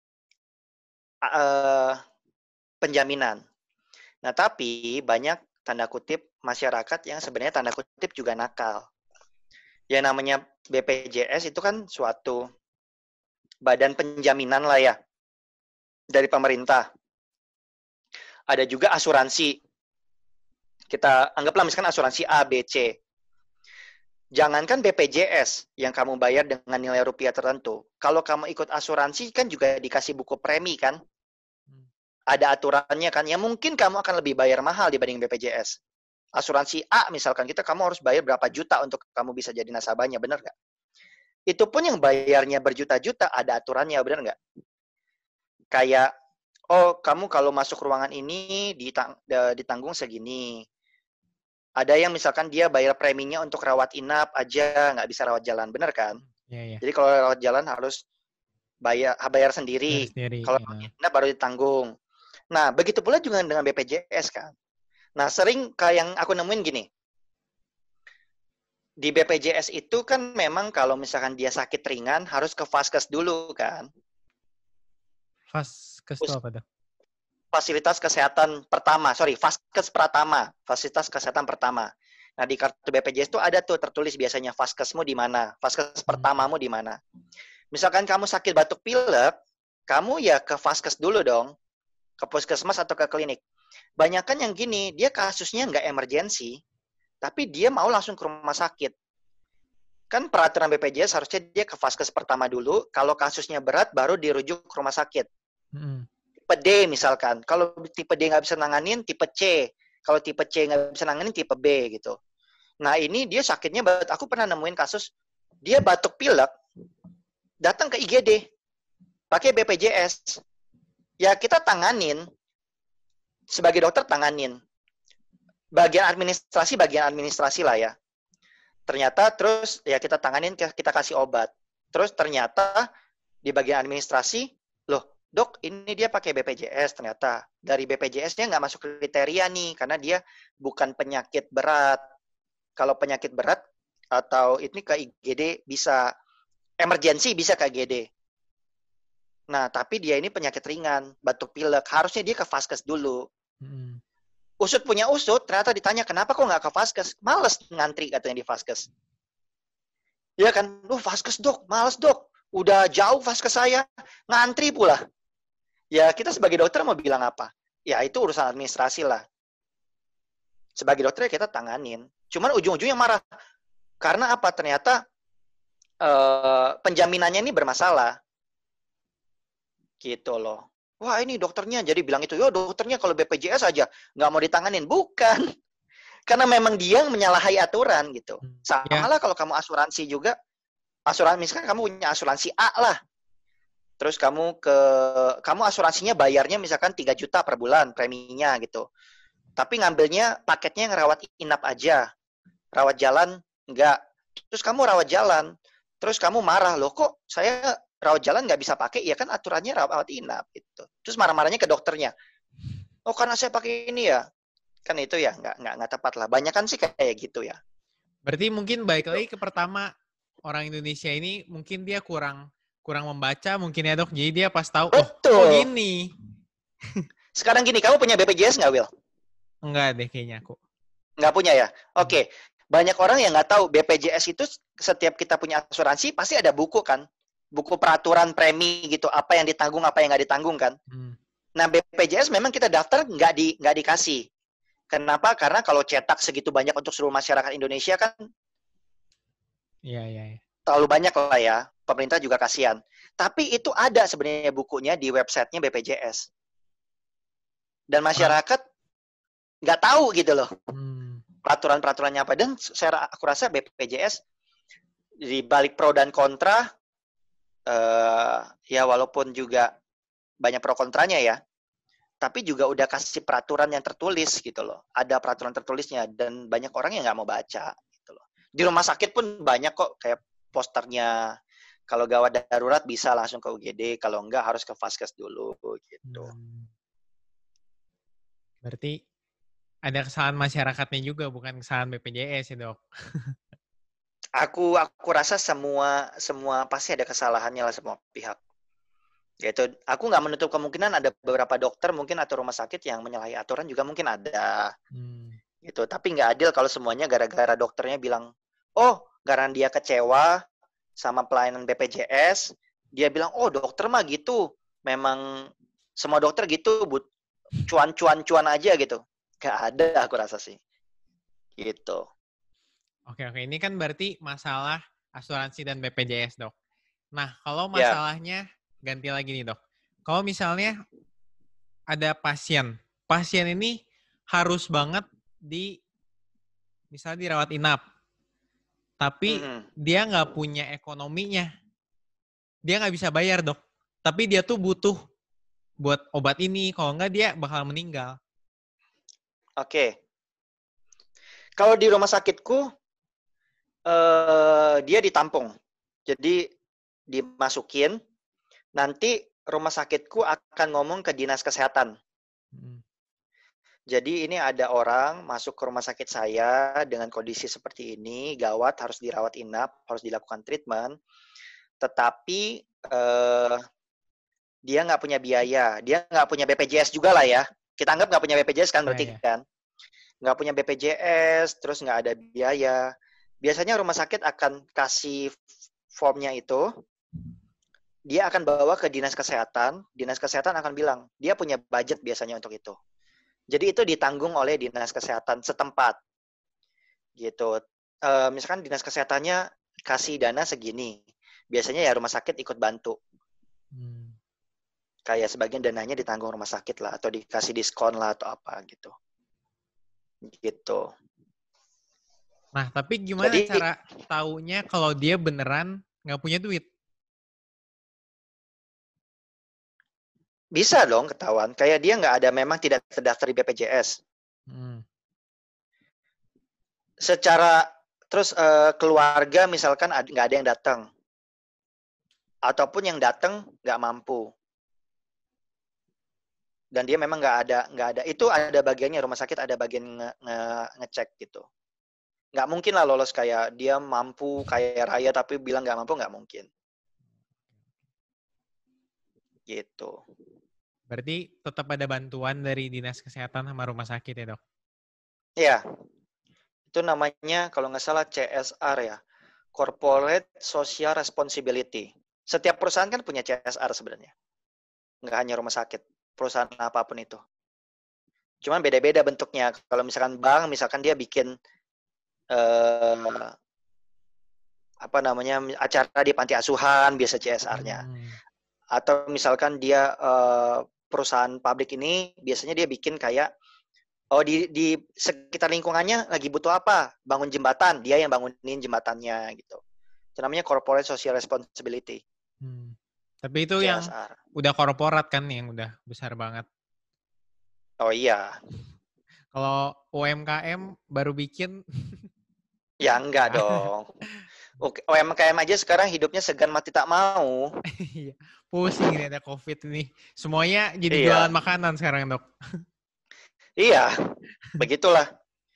S1: eh, penjaminan. Nah, tapi banyak tanda kutip masyarakat yang sebenarnya tanda kutip juga nakal. Yang namanya B P J S itu kan suatu badan penjaminan lah ya dari pemerintah. Ada juga asuransi. Kita anggaplah misalkan asuransi A, B, C. Jangankan B P J S yang kamu bayar dengan nilai rupiah tertentu. Kalau kamu ikut asuransi kan juga dikasih buku premi kan? Ada aturannya kan? Yang mungkin kamu akan lebih bayar mahal dibanding B P J S. Asuransi A misalkan kita kamu harus bayar berapa juta untuk kamu bisa jadi nasabahnya, benar nggak? Itu pun yang bayarnya berjuta-juta ada aturannya, benar nggak? Kayak, oh kamu kalau masuk ruangan ini ditang ditanggung segini. Ada yang misalkan dia bayar preminya untuk rawat inap aja, nggak bisa rawat jalan, benar kan?
S2: Yeah, yeah.
S1: Jadi kalau rawat jalan harus bayar bayar sendiri.
S2: sendiri
S1: kalau
S2: ya.
S1: inap baru ditanggung. Nah, begitu pula juga dengan B P J S kan. Nah, sering kayak yang aku nemuin gini. Di B P J S itu kan memang kalau misalkan dia sakit ringan harus ke Vaskes dulu kan.
S2: Vaskes itu apa dah?
S1: Fasilitas kesehatan pertama, sorry, Vaskes Pratama, fasilitas kesehatan pertama. Nah, di kartu B P J S itu ada tuh tertulis biasanya Vaskesmu di mana, Vaskes pertamamu di mana. Misalkan kamu sakit batuk pilek, kamu ya ke Vaskes dulu dong, ke puskesmas atau ke klinik. Banyakan yang gini, dia kasusnya nggak emergensi, tapi dia mau langsung ke rumah sakit. Kan peraturan B P J S harusnya dia ke Vaskes pertama dulu, kalau kasusnya berat baru dirujuk ke rumah sakit. Hmm. Tipe D misalkan, kalau tipe D nggak bisa nanganin, tipe C. Kalau tipe C nggak bisa nanganin, tipe B gitu. Nah ini dia sakitnya, aku pernah nemuin kasus, dia batuk pilek, datang ke I G D, pakai B P J S. Ya kita tanganin, sebagai dokter tanganin. Bagian administrasi, bagian administrasi lah ya. Ternyata terus ya kita tanganin, kita kasih obat. Terus ternyata di bagian administrasi, loh dok ini dia pakai B P J S ternyata. Dari B P J S-nya nggak masuk kriteria nih, karena dia bukan penyakit berat. Kalau penyakit berat atau ini ke I G D bisa, emergensi bisa ke I G D. Nah, tapi dia ini penyakit ringan, batuk pilek. Harusnya dia ke Vaskes dulu. Hmm. Usut punya usut, ternyata ditanya, kenapa kok nggak ke Vaskes? Males ngantri katanya di Vaskes. Ya kan, lu Vaskes dok, males dok. Udah jauh Vaskes saya, ngantri pula. Ya, kita sebagai dokter mau bilang apa? Ya, itu urusan administrasi lah. Sebagai dokter ya kita tanganin. Cuman ujung-ujungnya marah. Karena apa? Ternyata uh, penjaminannya ini bermasalah. Gitu loh. Wah ini dokternya jadi bilang itu, yo dokternya kalau B P J S aja nggak mau ditanganin. Bukan. Karena memang dia menyalahi aturan gitu. Sama yeah. lah kalau kamu asuransi juga. Asuransi, misalkan kamu punya asuransi A lah. Terus kamu ke kamu asuransinya bayarnya misalkan tiga juta per bulan preminya gitu. Tapi ngambilnya paketnya yang rawat inap aja. Rawat jalan enggak. Terus kamu rawat jalan. Terus kamu marah, loh kok saya rawat jalan nggak bisa pakai, ya kan aturannya rawat inap gitu. Terus marah-marahnya ke dokternya. Oh karena saya pakai ini ya, kan itu ya nggak nggak nggak tepat lah. Banyak kan sih kayak gitu ya.
S2: Berarti mungkin balik lagi ke pertama, orang Indonesia ini mungkin dia kurang kurang membaca mungkin ya dok. Jadi dia pas tahu,
S1: betul.
S2: Oh, oh gini.
S1: Sekarang gini, kamu punya B P J S nggak Will?
S2: Enggak deh kayaknya aku.
S1: Nggak punya ya? Oke. Okay. Banyak orang yang nggak tahu B P J S itu setiap kita punya asuransi pasti ada buku kan. Buku peraturan premi gitu, apa yang ditanggung, apa yang nggak ditanggung kan. Hmm. Nah B P J S memang kita daftar nggak di nggak dikasih. Kenapa? Karena kalau cetak segitu banyak untuk seluruh masyarakat Indonesia kan,
S2: iya iya. Ya.
S1: Terlalu banyak lah ya. Pemerintah juga kasihan. Tapi itu ada sebenarnya bukunya di websitenya B P J S. Dan masyarakat nggak tahu gitu loh. Hmm. Peraturan-peraturannya apa. Dan saya aku rasa B P J S di balik pro dan kontra uh, ya walaupun juga banyak pro kontranya ya, tapi juga udah kasih peraturan yang tertulis gitu loh. Ada peraturan tertulisnya dan banyak orang yang nggak mau baca gitu loh. Di rumah sakit pun banyak kok kayak posternya. Kalau gawat darurat bisa langsung ke U G D, kalau enggak harus ke Vaskes dulu gitu.
S2: Hmm. Berarti ada kesalahan masyarakatnya juga, bukan kesalahan B P J S ya dok?
S1: Aku aku rasa semua semua pasti ada kesalahannya lah semua pihak. Yaitu aku nggak menutup kemungkinan ada beberapa dokter mungkin atau rumah sakit yang menyalahi aturan juga mungkin ada. Hmm. Gitu. Tapi nggak adil kalau semuanya gara-gara dokternya bilang, oh, gara dia kecewa sama pelayanan B P J S, dia bilang, oh dokter mah gitu, memang semua dokter gitu, but cuan-cuan-cuan aja gitu. Gak ada aku rasa sih. Gitu.
S2: Oke, oke. Ini kan berarti masalah asuransi dan B P J S, dok. Nah, kalau masalahnya, yeah. ganti lagi nih, dok. Kalau misalnya ada pasien, pasien ini harus banget di, misalnya dirawat inap, tapi mm-hmm. dia nggak punya ekonominya. Dia nggak bisa bayar, dok. Tapi dia tuh butuh buat obat ini, kalau nggak dia bakal meninggal.
S1: Oke. Okay. Kalau di rumah sakitku, uh, dia ditampung. Jadi dimasukin, nanti rumah sakitku akan ngomong ke dinas kesehatan. Hmm. Jadi ini ada orang masuk ke rumah sakit saya dengan kondisi seperti ini, gawat, harus dirawat inap, harus dilakukan treatment, tetapi uh, dia nggak punya biaya, dia nggak punya B P J S juga lah ya. Kita anggap nggak punya B P J S kan berarti yeah, yeah. kan? Nggak punya B P J S, terus nggak ada biaya. Biasanya rumah sakit akan kasih formnya itu, dia akan bawa ke dinas kesehatan, dinas kesehatan akan bilang, dia punya budget biasanya untuk itu. Jadi itu ditanggung oleh dinas kesehatan setempat. Gitu. E, misalkan dinas kesehatannya kasih dana segini, biasanya ya rumah sakit ikut bantu. Hmm. Kayak sebagian dananya ditanggung rumah sakit lah, atau dikasih diskon lah, atau apa gitu. Gitu.
S2: Nah, tapi gimana Jadi, cara taunya kalau dia beneran nggak punya duit?
S1: Bisa dong ketahuan. Kayak dia nggak ada, memang tidak terdaftar di B P J S. Hmm. Secara, terus uh, keluarga misalkan nggak ada yang datang. Ataupun yang datang nggak mampu. Dan dia memang nggak ada, nggak ada. Itu ada bagiannya, rumah sakit ada bagian nge, nge, ngecek gitu. Nggak mungkin lah lolos kayak dia mampu, kaya raya, tapi bilang nggak mampu, nggak mungkin. Gitu.
S2: Berarti tetap ada bantuan dari dinas kesehatan sama rumah sakit ya dok?
S1: Iya. Itu namanya kalau nggak salah C S R ya. Corporate Social Responsibility. Setiap perusahaan kan punya C S R sebenarnya. Nggak hanya rumah sakit. Perusahaan apapun itu. Cuman beda-beda bentuknya. Kalau misalkan bank, misalkan dia bikin Uh, apa namanya acara di panti asuhan biasa C S R-nya. Hmm. Atau misalkan dia uh, perusahaan pabrik ini biasanya dia bikin kayak oh di di sekitar lingkungannya lagi butuh apa? Bangun jembatan, dia yang bangunin jembatannya gitu. Itu namanya corporate social responsibility.
S2: Hmm. Tapi itu C S R. Yang udah korporat kan yang udah besar banget.
S1: Oh iya.
S2: Kalau U M K M baru bikin
S1: ya enggak dong. U M K M aja sekarang hidupnya segan mati tak mau.
S2: Iya. Pusing ini ada COVID ini. Semuanya jadi iya. Jualan makanan sekarang, dok.
S1: Iya, begitulah.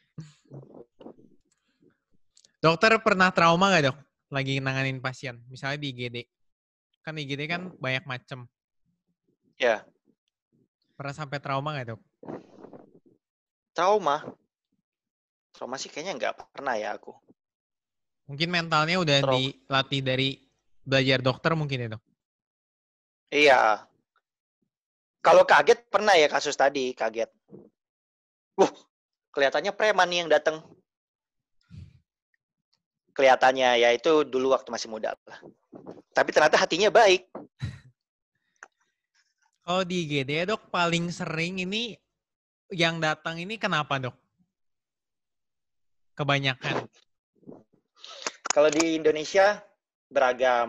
S2: Dokter pernah trauma nggak, dok? Lagi nanganin pasien, misalnya di I G D. Kan I G D kan banyak macem.
S1: Ya.
S2: Pernah sampai trauma nggak, dok?
S1: Trauma? Trauma sih kayaknya nggak pernah ya aku.
S2: Mungkin mentalnya udah trauma. Dilatih dari belajar dokter mungkin ya, dok?
S1: Iya. Kalau kaget pernah ya kasus tadi, kaget. Wuh, kelihatannya preman nih yang datang. Kelihatannya ya itu dulu waktu masih muda lah. Tapi ternyata hatinya baik.
S2: Kalau di I G D, dok, paling sering ini yang datang ini kenapa, dok? Kebanyakan.
S1: Kalau di Indonesia beragam.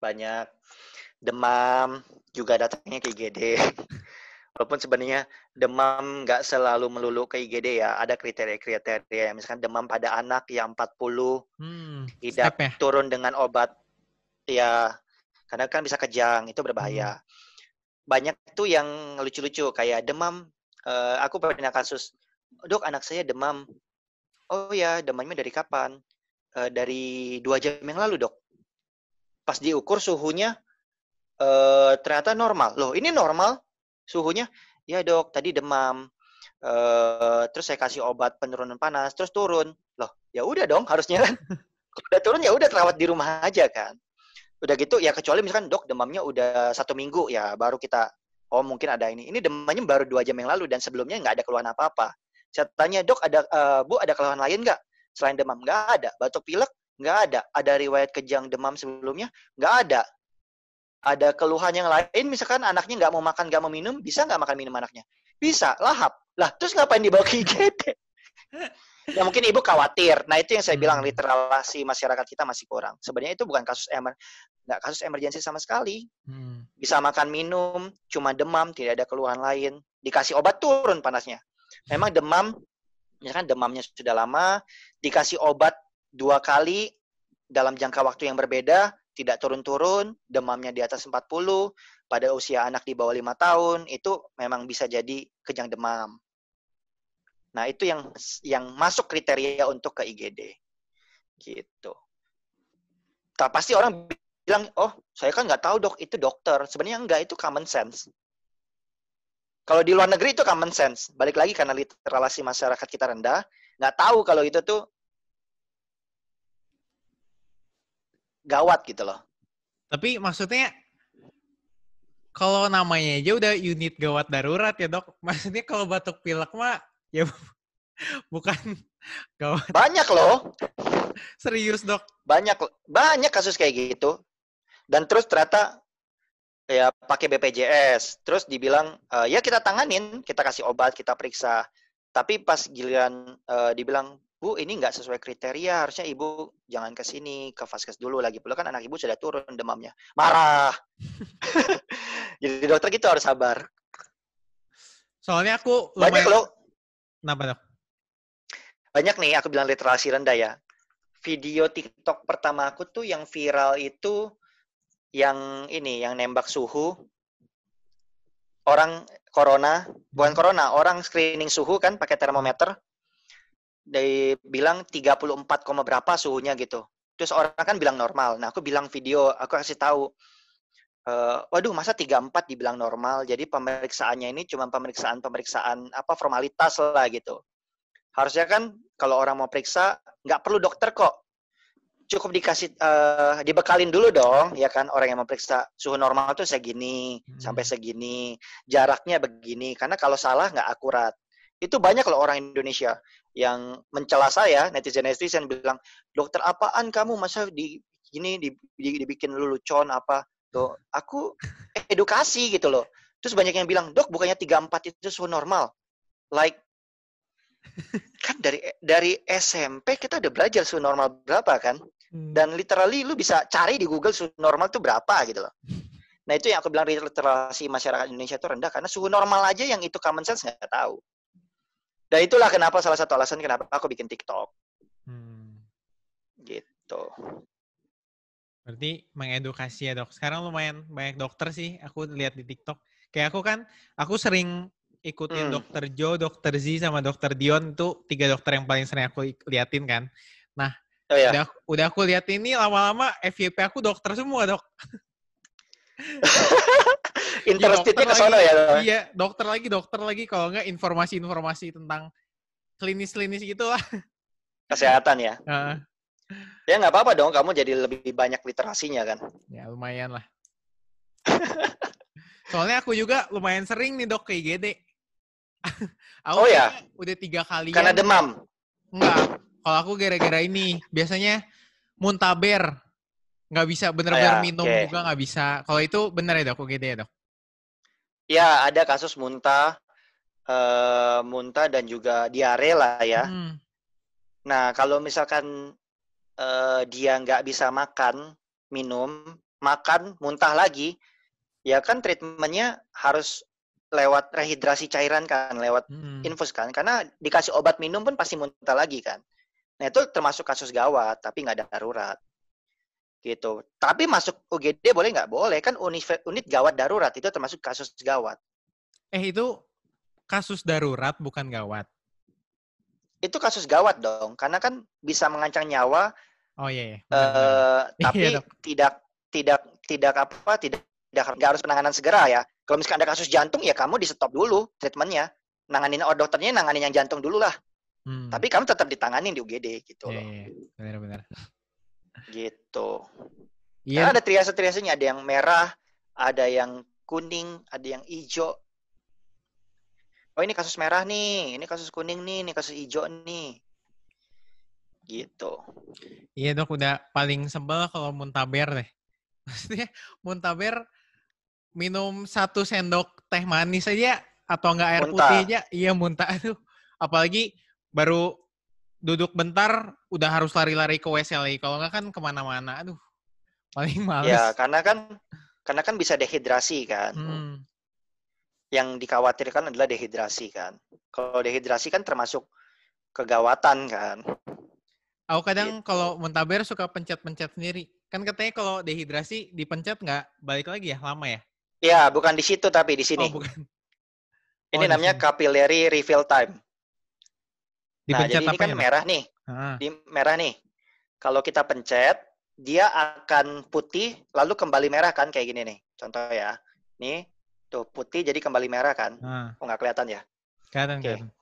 S1: banyak. Demam juga datangnya ke I G D. Walaupun sebenarnya demam nggak selalu melulu ke I G D ya. Ada kriteria-kriteria. Misalkan demam pada anak yang empat puluh
S2: Hmm,
S1: tidak
S2: step ya?
S1: turun dengan obat. Ya, karena kan bisa kejang. Itu berbahaya.
S2: Hmm.
S1: Banyak tuh yang lucu-lucu. Kayak demam. Uh, aku pernah kasus. Dok, anak saya demam. Oh ya, demamnya dari kapan? Uh, dari dua jam yang lalu, dok. Pas diukur suhunya, Uh, ternyata normal. Loh, ini normal suhunya? Ya dok, tadi demam. Uh, terus saya kasih obat penurunan panas, terus turun. Loh, ya udah dong, harusnya kan. Kalau udah turun ya udah terawat di rumah aja kan. Udah gitu ya kecuali misalkan dok demamnya udah satu minggu ya baru kita oh mungkin ada ini. Ini demamnya baru dua jam yang lalu dan sebelumnya nggak ada keluhan apa-apa. Saya tanya dok ada uh, bu ada keluhan lain nggak selain demam? Nggak ada. Batuk pilek nggak ada. Ada riwayat kejang demam sebelumnya? Nggak ada. Ada keluhan yang lain, misalkan anaknya nggak mau makan, nggak mau minum, bisa nggak makan minum anaknya? Bisa, lahap. Lah, terus ngapain dibawa ke I G D? Ya mungkin ibu khawatir. Nah itu yang saya hmm. bilang, literasi masyarakat kita masih kurang. Sebenarnya itu bukan kasus emer, nggak kasus emergensi sama sekali. Hmm. Bisa makan minum, cuma demam, tidak ada keluhan lain. Dikasih obat turun panasnya. Memang demam, misalkan demamnya sudah lama, dikasih obat dua kali dalam jangka waktu yang berbeda, tidak turun-turun, demamnya di atas empat puluh, pada usia anak di bawah lima tahun, itu memang bisa jadi kejang demam. Nah, itu yang yang masuk kriteria untuk ke I G D. Gitu. Nah, pasti orang bilang, oh, saya kan nggak tahu dok, itu dokter. Sebenarnya enggak, itu common sense. Kalau di luar negeri itu common sense. Balik lagi karena literasi masyarakat kita rendah, nggak tahu kalau itu tuh gawat gitu loh.
S2: Tapi maksudnya kalau namanya aja udah unit gawat darurat ya dok. Maksudnya kalau batuk pilek mah ya bukan gawat.
S1: Banyak loh.
S2: Serius dok.
S1: Banyak banyak kasus kayak gitu. Dan terus ternyata ya pakai B P J S. Terus dibilang e, ya kita tanganin, kita kasih obat, kita periksa. Tapi pas giliran uh, dibilang Bu, ini nggak sesuai kriteria, harusnya ibu jangan ke sini, ke vaskes dulu. Lagi pula kan anak ibu sudah turun demamnya. Marah. Jadi dokter gitu harus sabar.
S2: Soalnya aku
S1: lumayan... Banyak loh.
S2: Kenapa dok?
S1: Banyak nih, aku bilang literasi rendah ya. Video TikTok pertama aku tuh yang viral itu, yang ini, yang nembak suhu. Orang corona, bukan corona, orang screening suhu kan pakai termometer. Dia bilang tiga puluh empat, berapa suhunya gitu. Terus orang kan bilang normal. Nah, aku bilang video, aku kasih tahu. Uh, waduh, masa tiga puluh empat dibilang normal. Jadi pemeriksaannya ini cuma pemeriksaan-pemeriksaan apa formalitas lah gitu. Harusnya kan kalau orang mau periksa nggak perlu dokter kok. Cukup dikasih uh, dibekalin dulu dong, ya kan orang yang mau periksa suhu normal tuh segini hmm. sampai segini, jaraknya begini. Karena kalau salah nggak akurat. Itu banyak loh orang Indonesia yang mencela saya, netizen-netizen bilang, dokter apaan kamu, masa di gini dibikin lelucon apa. Tuh, aku edukasi gitu loh. Terus banyak yang bilang, dok bukannya tiga puluh empat itu suhu normal. Like, kan dari dari S M P kita udah belajar suhu normal berapa kan? Dan literally lu bisa cari di Google suhu normal itu berapa gitu loh. Nah itu yang aku bilang literasi masyarakat Indonesia itu rendah, karena suhu normal aja yang itu common sense nggak tahu. Dan itulah kenapa salah satu alasan kenapa aku bikin TikTok. Hmm. Gitu.
S2: Berarti mengedukasi ya dok. Sekarang lumayan banyak dokter sih aku lihat di TikTok. Kayak aku kan, aku sering ikutin hmm. dokter Joe, dokter Z, sama dokter Dion. Itu tiga dokter yang paling sering aku liatin kan. Nah, oh, ya. udah, udah aku lihat ini lama-lama F Y P aku dokter semua dok.
S1: Interestednya ke sana ya. Dok?
S2: Iya, dokter lagi, dokter lagi. Kalau enggak informasi-informasi tentang klinis-klinis gitu lah.
S1: Kesehatan ya.
S2: Uh.
S1: Ya nggak apa-apa dong, kamu jadi lebih banyak literasinya kan.
S2: Ya lumayan lah. Soalnya aku juga lumayan sering nih dok ke I G D. Aku
S1: oh ya?
S2: Udah tiga kali.
S1: Karena demam?
S2: Enggak. Kalau aku gara-gara ini, biasanya muntaber. Nggak bisa, bener-bener oh ya, minum okay. juga nggak bisa. Kalau itu bener ya dok, I G D ya dok?
S1: Ya, ada kasus muntah, uh, muntah dan juga diare lah ya. Hmm. Nah, kalau misalkan uh, dia nggak bisa makan, minum, makan, muntah lagi, ya kan treatmentnya harus lewat rehidrasi cairan kan, lewat hmm. infus kan, karena dikasih obat minum pun pasti muntah lagi kan. Nah itu termasuk kasus gawat, tapi nggak ada darurat. Gitu. Tapi masuk U G D boleh nggak? Boleh, kan unit, unit gawat darurat itu termasuk kasus gawat.
S2: Eh itu kasus darurat bukan gawat?
S1: Itu kasus gawat dong, karena kan bisa mengancam nyawa.
S2: Oh iya, iya.
S1: Benar, uh, benar. Tapi iya, tidak tidak tidak apa tidak tidak harus penanganan segera ya. Kalau misalkan ada kasus jantung ya kamu di stop dulu treatmentnya, nanganin oh dokternya nanganin yang jantung dulu lah. Hmm. Tapi kamu tetap ditanganin di U G D gitu
S2: iya,
S1: loh.
S2: Iya, benar-benar.
S1: Gitu.
S2: Iya.
S1: Karena ada triase-triasenya, ada yang merah, ada yang kuning, ada yang hijau. Oh ini kasus merah nih, ini kasus kuning nih, ini kasus hijau nih. Gitu.
S2: Iya dok, udah paling sebel kalau muntaber deh. Maksudnya muntaber minum satu sendok teh manis aja atau enggak air muntah. Putih aja, iya muntah tuh. Apalagi baru duduk bentar udah harus lari-lari ke W C lagi. Kalau enggak kan kemana-mana, aduh paling males.
S1: Ya karena kan karena kan bisa dehidrasi kan. Hmm. Yang dikhawatirkan adalah dehidrasi kan. Kalau dehidrasi kan termasuk kegawatan kan.
S2: Aku kadang gitu. Kalau muntaber suka pencet-pencet sendiri. Kan katanya kalau dehidrasi dipencet nggak balik lagi ya, lama ya?
S1: Ya, bukan di situ tapi di sini.
S2: Oh, bukan.
S1: Ini oh, namanya capillary refill time. Dipencet nah, jadi ini kan merah nih. Ah. Di merah nih. Kalau kita pencet, dia akan putih lalu kembali merah kan kayak gini nih. Contoh ya. Nih. Tuh, putih jadi kembali merah kan? Ah. Oh, nggak kelihatan ya?
S2: Kelihatan, okay. Kelihatan.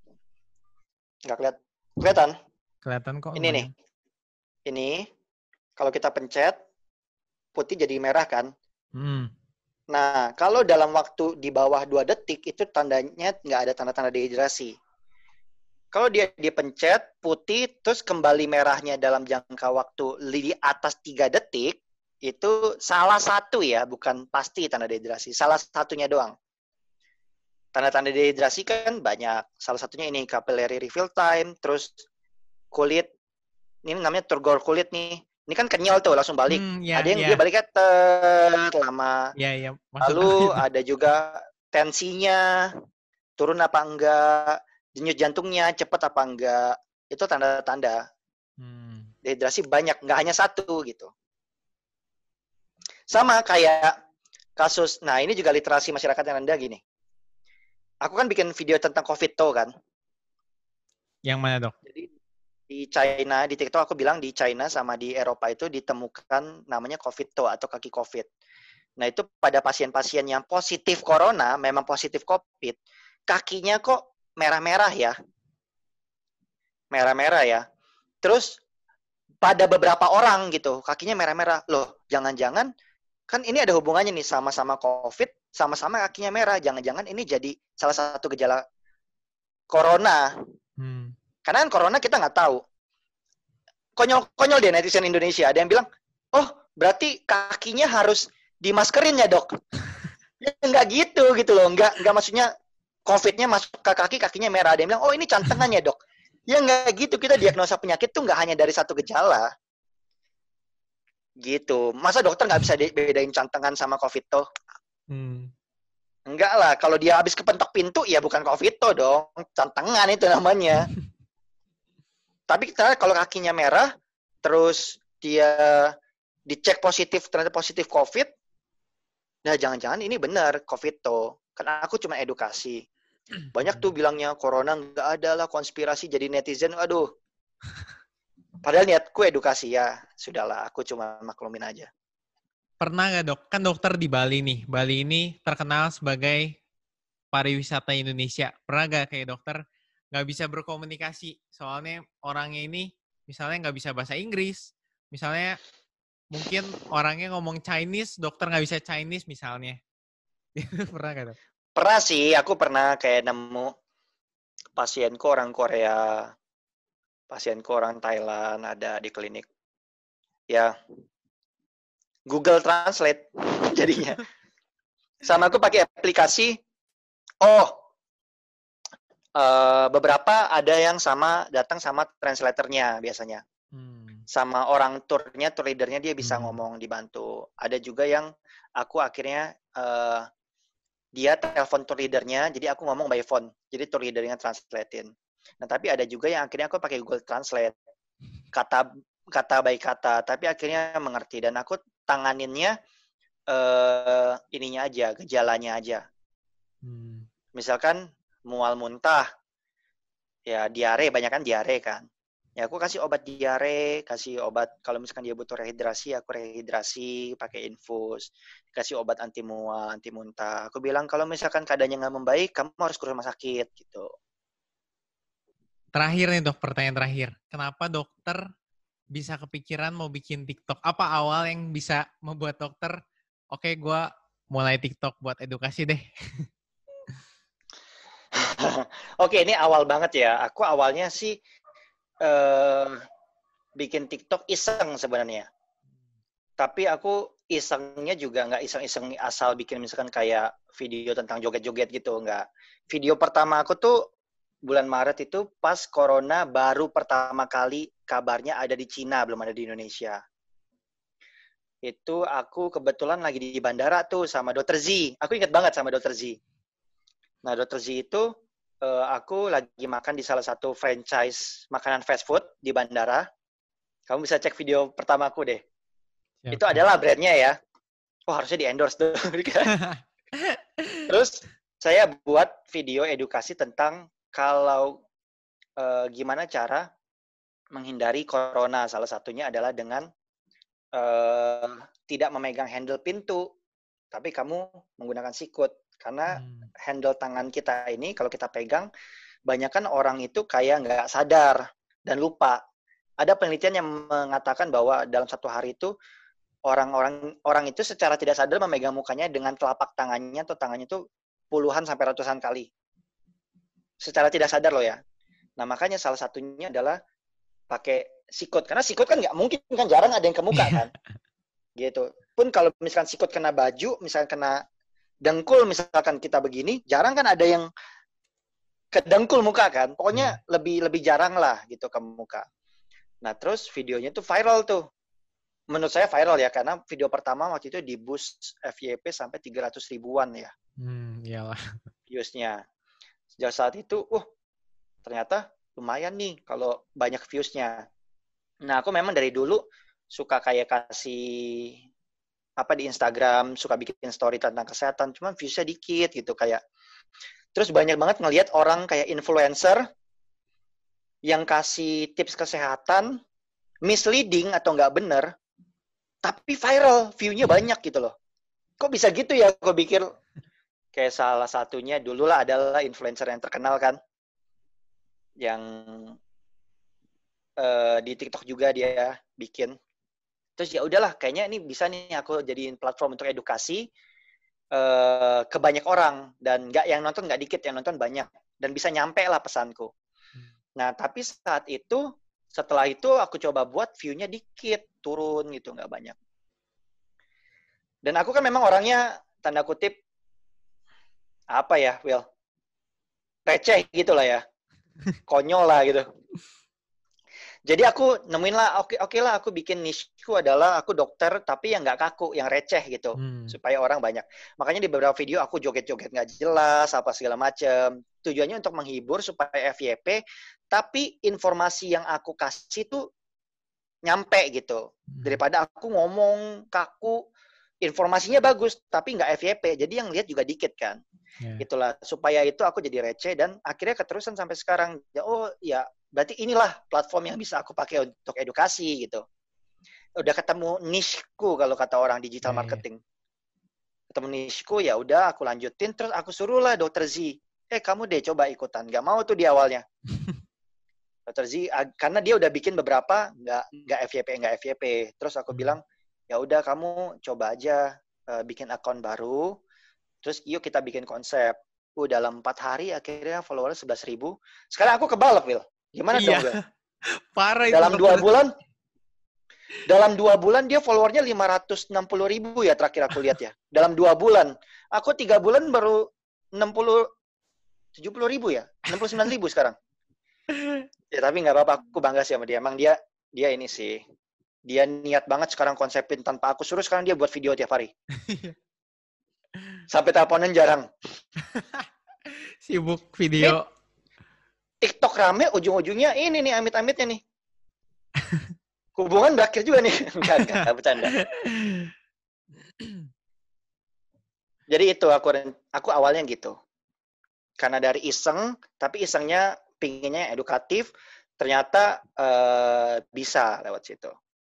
S1: Nggak kelihatan? Kelihatan?
S2: Kelihatan kok.
S1: Ini nih. Ini, kalau kita pencet, putih jadi merah kan? Hmm. Nah, kalau dalam waktu di bawah dua detik, itu tandanya nggak ada tanda-tanda dehidrasi. Kalau dia dipencet, putih, terus kembali merahnya dalam jangka waktu di atas tiga detik, itu salah satu ya, bukan pasti tanda dehidrasi. Salah satunya doang. Tanda-tanda dehidrasi kan banyak. Salah satunya ini capillary refill time, terus kulit. Ini namanya turgor kulit nih. Ini kan kenyal tuh, langsung balik. Hmm, ya, ada yang ya. Dia baliknya ter lama.
S2: Ya, ya.
S1: Lalu ada juga tensinya, turun apa enggak, denyut jantungnya cepat apa enggak. Itu tanda-tanda. Hmm. Dehidrasi banyak, nggak hanya satu gitu. Sama kayak kasus, nah ini juga literasi masyarakat yang rendah gini. Aku kan bikin video tentang COVID tuh kan.
S2: Yang mana dok?
S1: Jadi di China, di TikTok aku bilang di China sama di Eropa itu ditemukan namanya COVID tuh atau kaki COVID. Nah itu pada pasien-pasien yang positif corona, memang positif COVID, kakinya kok merah-merah ya. Merah-merah ya. Terus pada beberapa orang gitu, kakinya merah-merah. Loh, jangan-jangan kan ini ada hubungannya nih sama-sama COVID, sama-sama kakinya merah. Jangan-jangan ini jadi salah satu gejala corona. Hmm. Karena kan corona kita nggak tahu. Konyol-konyol deh netizen Indonesia. Ada yang bilang, oh berarti kakinya harus dimaskerin ya dok? Ya, nggak gitu gitu loh. Nggak, nggak maksudnya COVID-nya masuk ke kaki, kakinya merah. Ada yang bilang, oh ini cantengan ya dok? Ya nggak gitu. Kita diagnosa penyakit tuh nggak hanya dari satu gejala. Gitu. Masa dokter nggak bisa bedain cantengan sama COVID tuh? Hmm. Enggak lah. Kalau dia habis kepentok pintu, ya bukan COVID tuh dong. Cantengan itu namanya. Tapi kita kalau kakinya merah, terus dia dicek positif, ternyata positif COVID, nah jangan-jangan ini benar COVID tuh. Karena aku cuma edukasi. Banyak tuh bilangnya, corona nggak ada lah, konspirasi jadi netizen. Aduh. Padahal niatku edukasi ya. Sudahlah, aku cuma maklumin aja.
S2: Pernah nggak dok? Kan dokter di Bali nih. Bali ini terkenal sebagai pariwisata Indonesia. Pernah nggak kayak dokter nggak bisa berkomunikasi? Soalnya orangnya ini misalnya nggak bisa bahasa Inggris. Misalnya mungkin orangnya ngomong Chinese, dokter nggak bisa Chinese misalnya. Pernah nggak dok?
S1: Pernah sih. Aku pernah kayak nemu pasienku orang Korea. Pasienku orang Thailand ada di klinik. Ya, Google Translate jadinya. Sama aku pakai aplikasi. Oh, uh, beberapa ada yang sama datang sama translatornya biasanya. Hmm. sama orang turnya, tour leadernya dia bisa
S3: Hmm.
S1: ngomong dibantu. Ada juga yang aku akhirnya uh, dia telepon tour leadernya, jadi aku ngomong by phone. Jadi tour leadernya translatein. Nah, tapi ada juga yang akhirnya aku pakai Google Translate. Kata kata by kata, tapi akhirnya mengerti dan aku tanganinnya uh, ininya aja, gejalanya aja.
S3: Hmm.
S1: Misalkan mual muntah, ya diare, banyak kan diare kan. Ya aku kasih obat diare, kasih obat kalau misalkan dia butuh rehidrasi, aku rehidrasi pakai infus, kasih obat anti mual, anti muntah. Aku bilang kalau misalkan keadaannya nggak membaik, kamu harus ke rumah sakit gitu.
S2: Terakhir nih dok, pertanyaan terakhir. Kenapa dokter bisa kepikiran mau bikin TikTok? Apa awal yang bisa membuat dokter, oke okay, gue mulai TikTok buat edukasi deh?
S1: Oke, ini awal banget ya. Aku awalnya sih eh, bikin TikTok iseng sebenarnya. Tapi aku isengnya juga nggak iseng-iseng asal bikin misalkan kayak video tentang joget-joget gitu, nggak. Video pertama aku tuh bulan Maret itu pas Corona baru pertama kali kabarnya ada di Cina, belum ada di Indonesia. Itu aku kebetulan lagi di bandara tuh sama dokter Z. Aku ingat banget sama dokter Z. Nah, dokter Z itu uh, aku lagi makan di salah satu franchise makanan fast food di bandara. Kamu bisa cek video pertama aku deh. Siap, itu adalah brandnya ya. Oh, harusnya di-endorse tuh. Terus saya buat video edukasi tentang kalau uh, gimana cara menghindari corona. Salah satunya adalah dengan uh, tidak memegang handle pintu, tapi kamu menggunakan sikut. Karena hmm. handle tangan kita ini kalau kita pegang, banyakkan orang itu kayak nggak sadar dan lupa. Ada penelitian yang mengatakan bahwa dalam satu hari itu orang-orang orang itu secara tidak sadar memegang mukanya dengan telapak tangannya atau tangannya itu puluhan sampai ratusan kali. Secara tidak sadar loh ya. Nah makanya salah satunya adalah pakai sikut. Karena sikut kan nggak mungkin kan, jarang ada yang ke muka kan. Gitu. Pun kalau misalkan sikut kena baju, misalkan kena dengkul misalkan kita begini, jarang kan ada yang ke dengkul muka kan. Pokoknya hmm. lebih lebih jarang lah gitu ke muka. Nah terus videonya tuh viral tuh. Menurut saya viral ya, karena video pertama waktu itu di boost F Y P sampai tiga ratus ribuan ya.
S3: Hmm, iyalah.
S1: Viewsnya. Sejak saat itu, uh, ternyata lumayan nih kalau banyak viewsnya. Nah, aku memang dari dulu suka kayak kasih apa di Instagram, suka bikin story tentang kesehatan, cuman viewsnya dikit gitu kayak. Terus banyak banget ngelihat orang kayak influencer yang kasih tips kesehatan, misleading atau nggak bener, tapi viral, view-nya banyak gitu loh. Kok bisa gitu ya? Gue pikir kayak salah satunya dulu lah adalah influencer yang terkenal kan, yang uh, di TikTok juga dia bikin. Terus ya udahlah, kayaknya ini bisa nih aku jadiin platform untuk edukasi uh, ke banyak orang, dan nggak yang nonton nggak dikit, yang nonton banyak, dan bisa nyampe lah pesanku. Nah tapi saat itu setelah itu aku coba buat view-nya dikit, turun gitu, nggak banyak. Dan aku kan memang orangnya tanda kutip apa ya, Will? Receh gitu lah ya. Konyol lah gitu. Jadi aku nemuin lah, oke oke lah aku bikin niche-ku adalah aku dokter tapi yang nggak kaku, yang receh gitu. Hmm. Supaya orang banyak. Makanya di beberapa video aku joget-joget nggak jelas, apa segala macam. Tujuannya untuk menghibur supaya F Y P, tapi informasi yang aku kasih tuh nyampe gitu. Daripada aku ngomong kaku, informasinya bagus tapi nggak F Y P, jadi yang lihat juga dikit kan. Yeah. Itulah, supaya itu aku jadi receh dan akhirnya keterusan sampai sekarang. Ya, oh ya berarti inilah platform yang bisa aku pakai untuk edukasi gitu. Udah ketemu niche-ku kalau kata orang digital yeah, marketing. Yeah. Ketemu niche-ku, ya udah aku lanjutin, terus aku suruh lah dokter Z, eh kamu deh coba ikutan. Gak mau tuh di awalnya. dokter Z, karena dia udah bikin beberapa nggak nggak F Y P nggak F Y P. Terus aku hmm. bilang, ya udah kamu coba aja uh, bikin akun baru, terus yuk kita bikin konsep. Uh, dalam empat hari akhirnya followernya sebelas ribu. Sekarang aku kebalap, Will. Gimana iya. dong, Will?
S2: Parah itu.
S1: Dalam dua bulan, dalam dua bulan dia followernya lima ratus enam puluh ribu ya terakhir aku lihat ya. Dalam dua bulan. Aku tiga bulan baru enam puluh, tujuh puluh ribu ya. enam puluh sembilan ribu sekarang. Ya tapi nggak apa-apa, aku bangga sih sama dia. Emang dia dia ini sih. Dia niat banget sekarang konsepin tanpa aku suruh, sekarang dia buat video tiap hari. Sampai teleponan jarang.
S2: Sibuk video.
S1: Mit, TikTok rame, ujung-ujungnya ini nih amit-amitnya nih. Hubungan berakhir juga nih. Enggak, enggak, bercanda. Jadi itu aku aku awalnya gitu. Karena dari iseng, tapi isengnya pinginnya edukatif, ternyata uh, bisa lewat situ.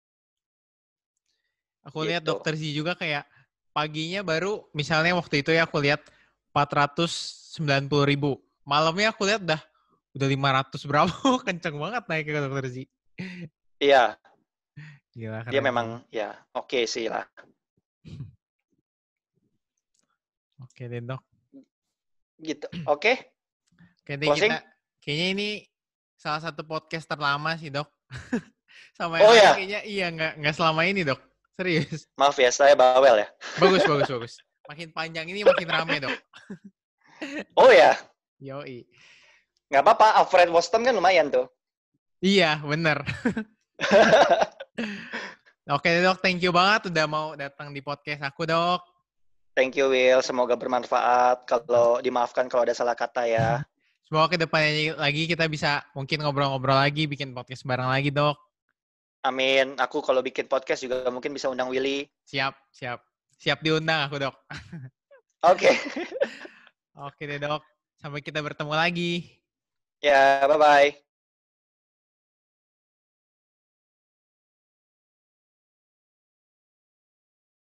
S2: Aku
S1: gitu.
S2: lihat dokter Z juga kayak paginya baru, misalnya waktu itu ya aku lihat empat ratus sembilan puluh ribu. Malamnya aku lihat udah udah lima ratus berapa. Kenceng banget naik ke dokter Z.
S1: Iya.
S2: Gila,
S1: dia
S2: keren.
S1: memang ya oke okay sih lah.
S2: Oke deh dok.
S1: Gitu. Oke.
S2: Okay? Oke deh kita. Kayaknya ini salah satu podcast terlama sih dok. Sama yang
S1: oh,
S2: lain
S1: ya?
S2: kayaknya iya nggak nggak selama ini dok. Serius.
S1: Maaf ya, saya bawel ya.
S2: Bagus, bagus, bagus. Makin panjang ini makin rame, dok.
S1: Oh ya?
S2: Yoi.
S1: Nggak apa-apa, Alfred Boston kan lumayan tuh.
S2: Iya, bener. Oke, dok. Thank you banget udah mau datang di podcast aku, dok.
S1: Thank you, Will. Semoga bermanfaat. Kalau dimaafkan kalau ada salah kata ya.
S2: Semoga ke depannya lagi kita bisa mungkin ngobrol-ngobrol lagi, bikin podcast bareng lagi, dok.
S1: Amin. Aku kalau bikin podcast juga mungkin bisa undang Willy.
S2: Siap, siap. Siap diundang aku, dok.
S1: Oke. Okay.
S2: Oke deh, dok. Sampai kita bertemu lagi.
S1: Ya, bye-bye.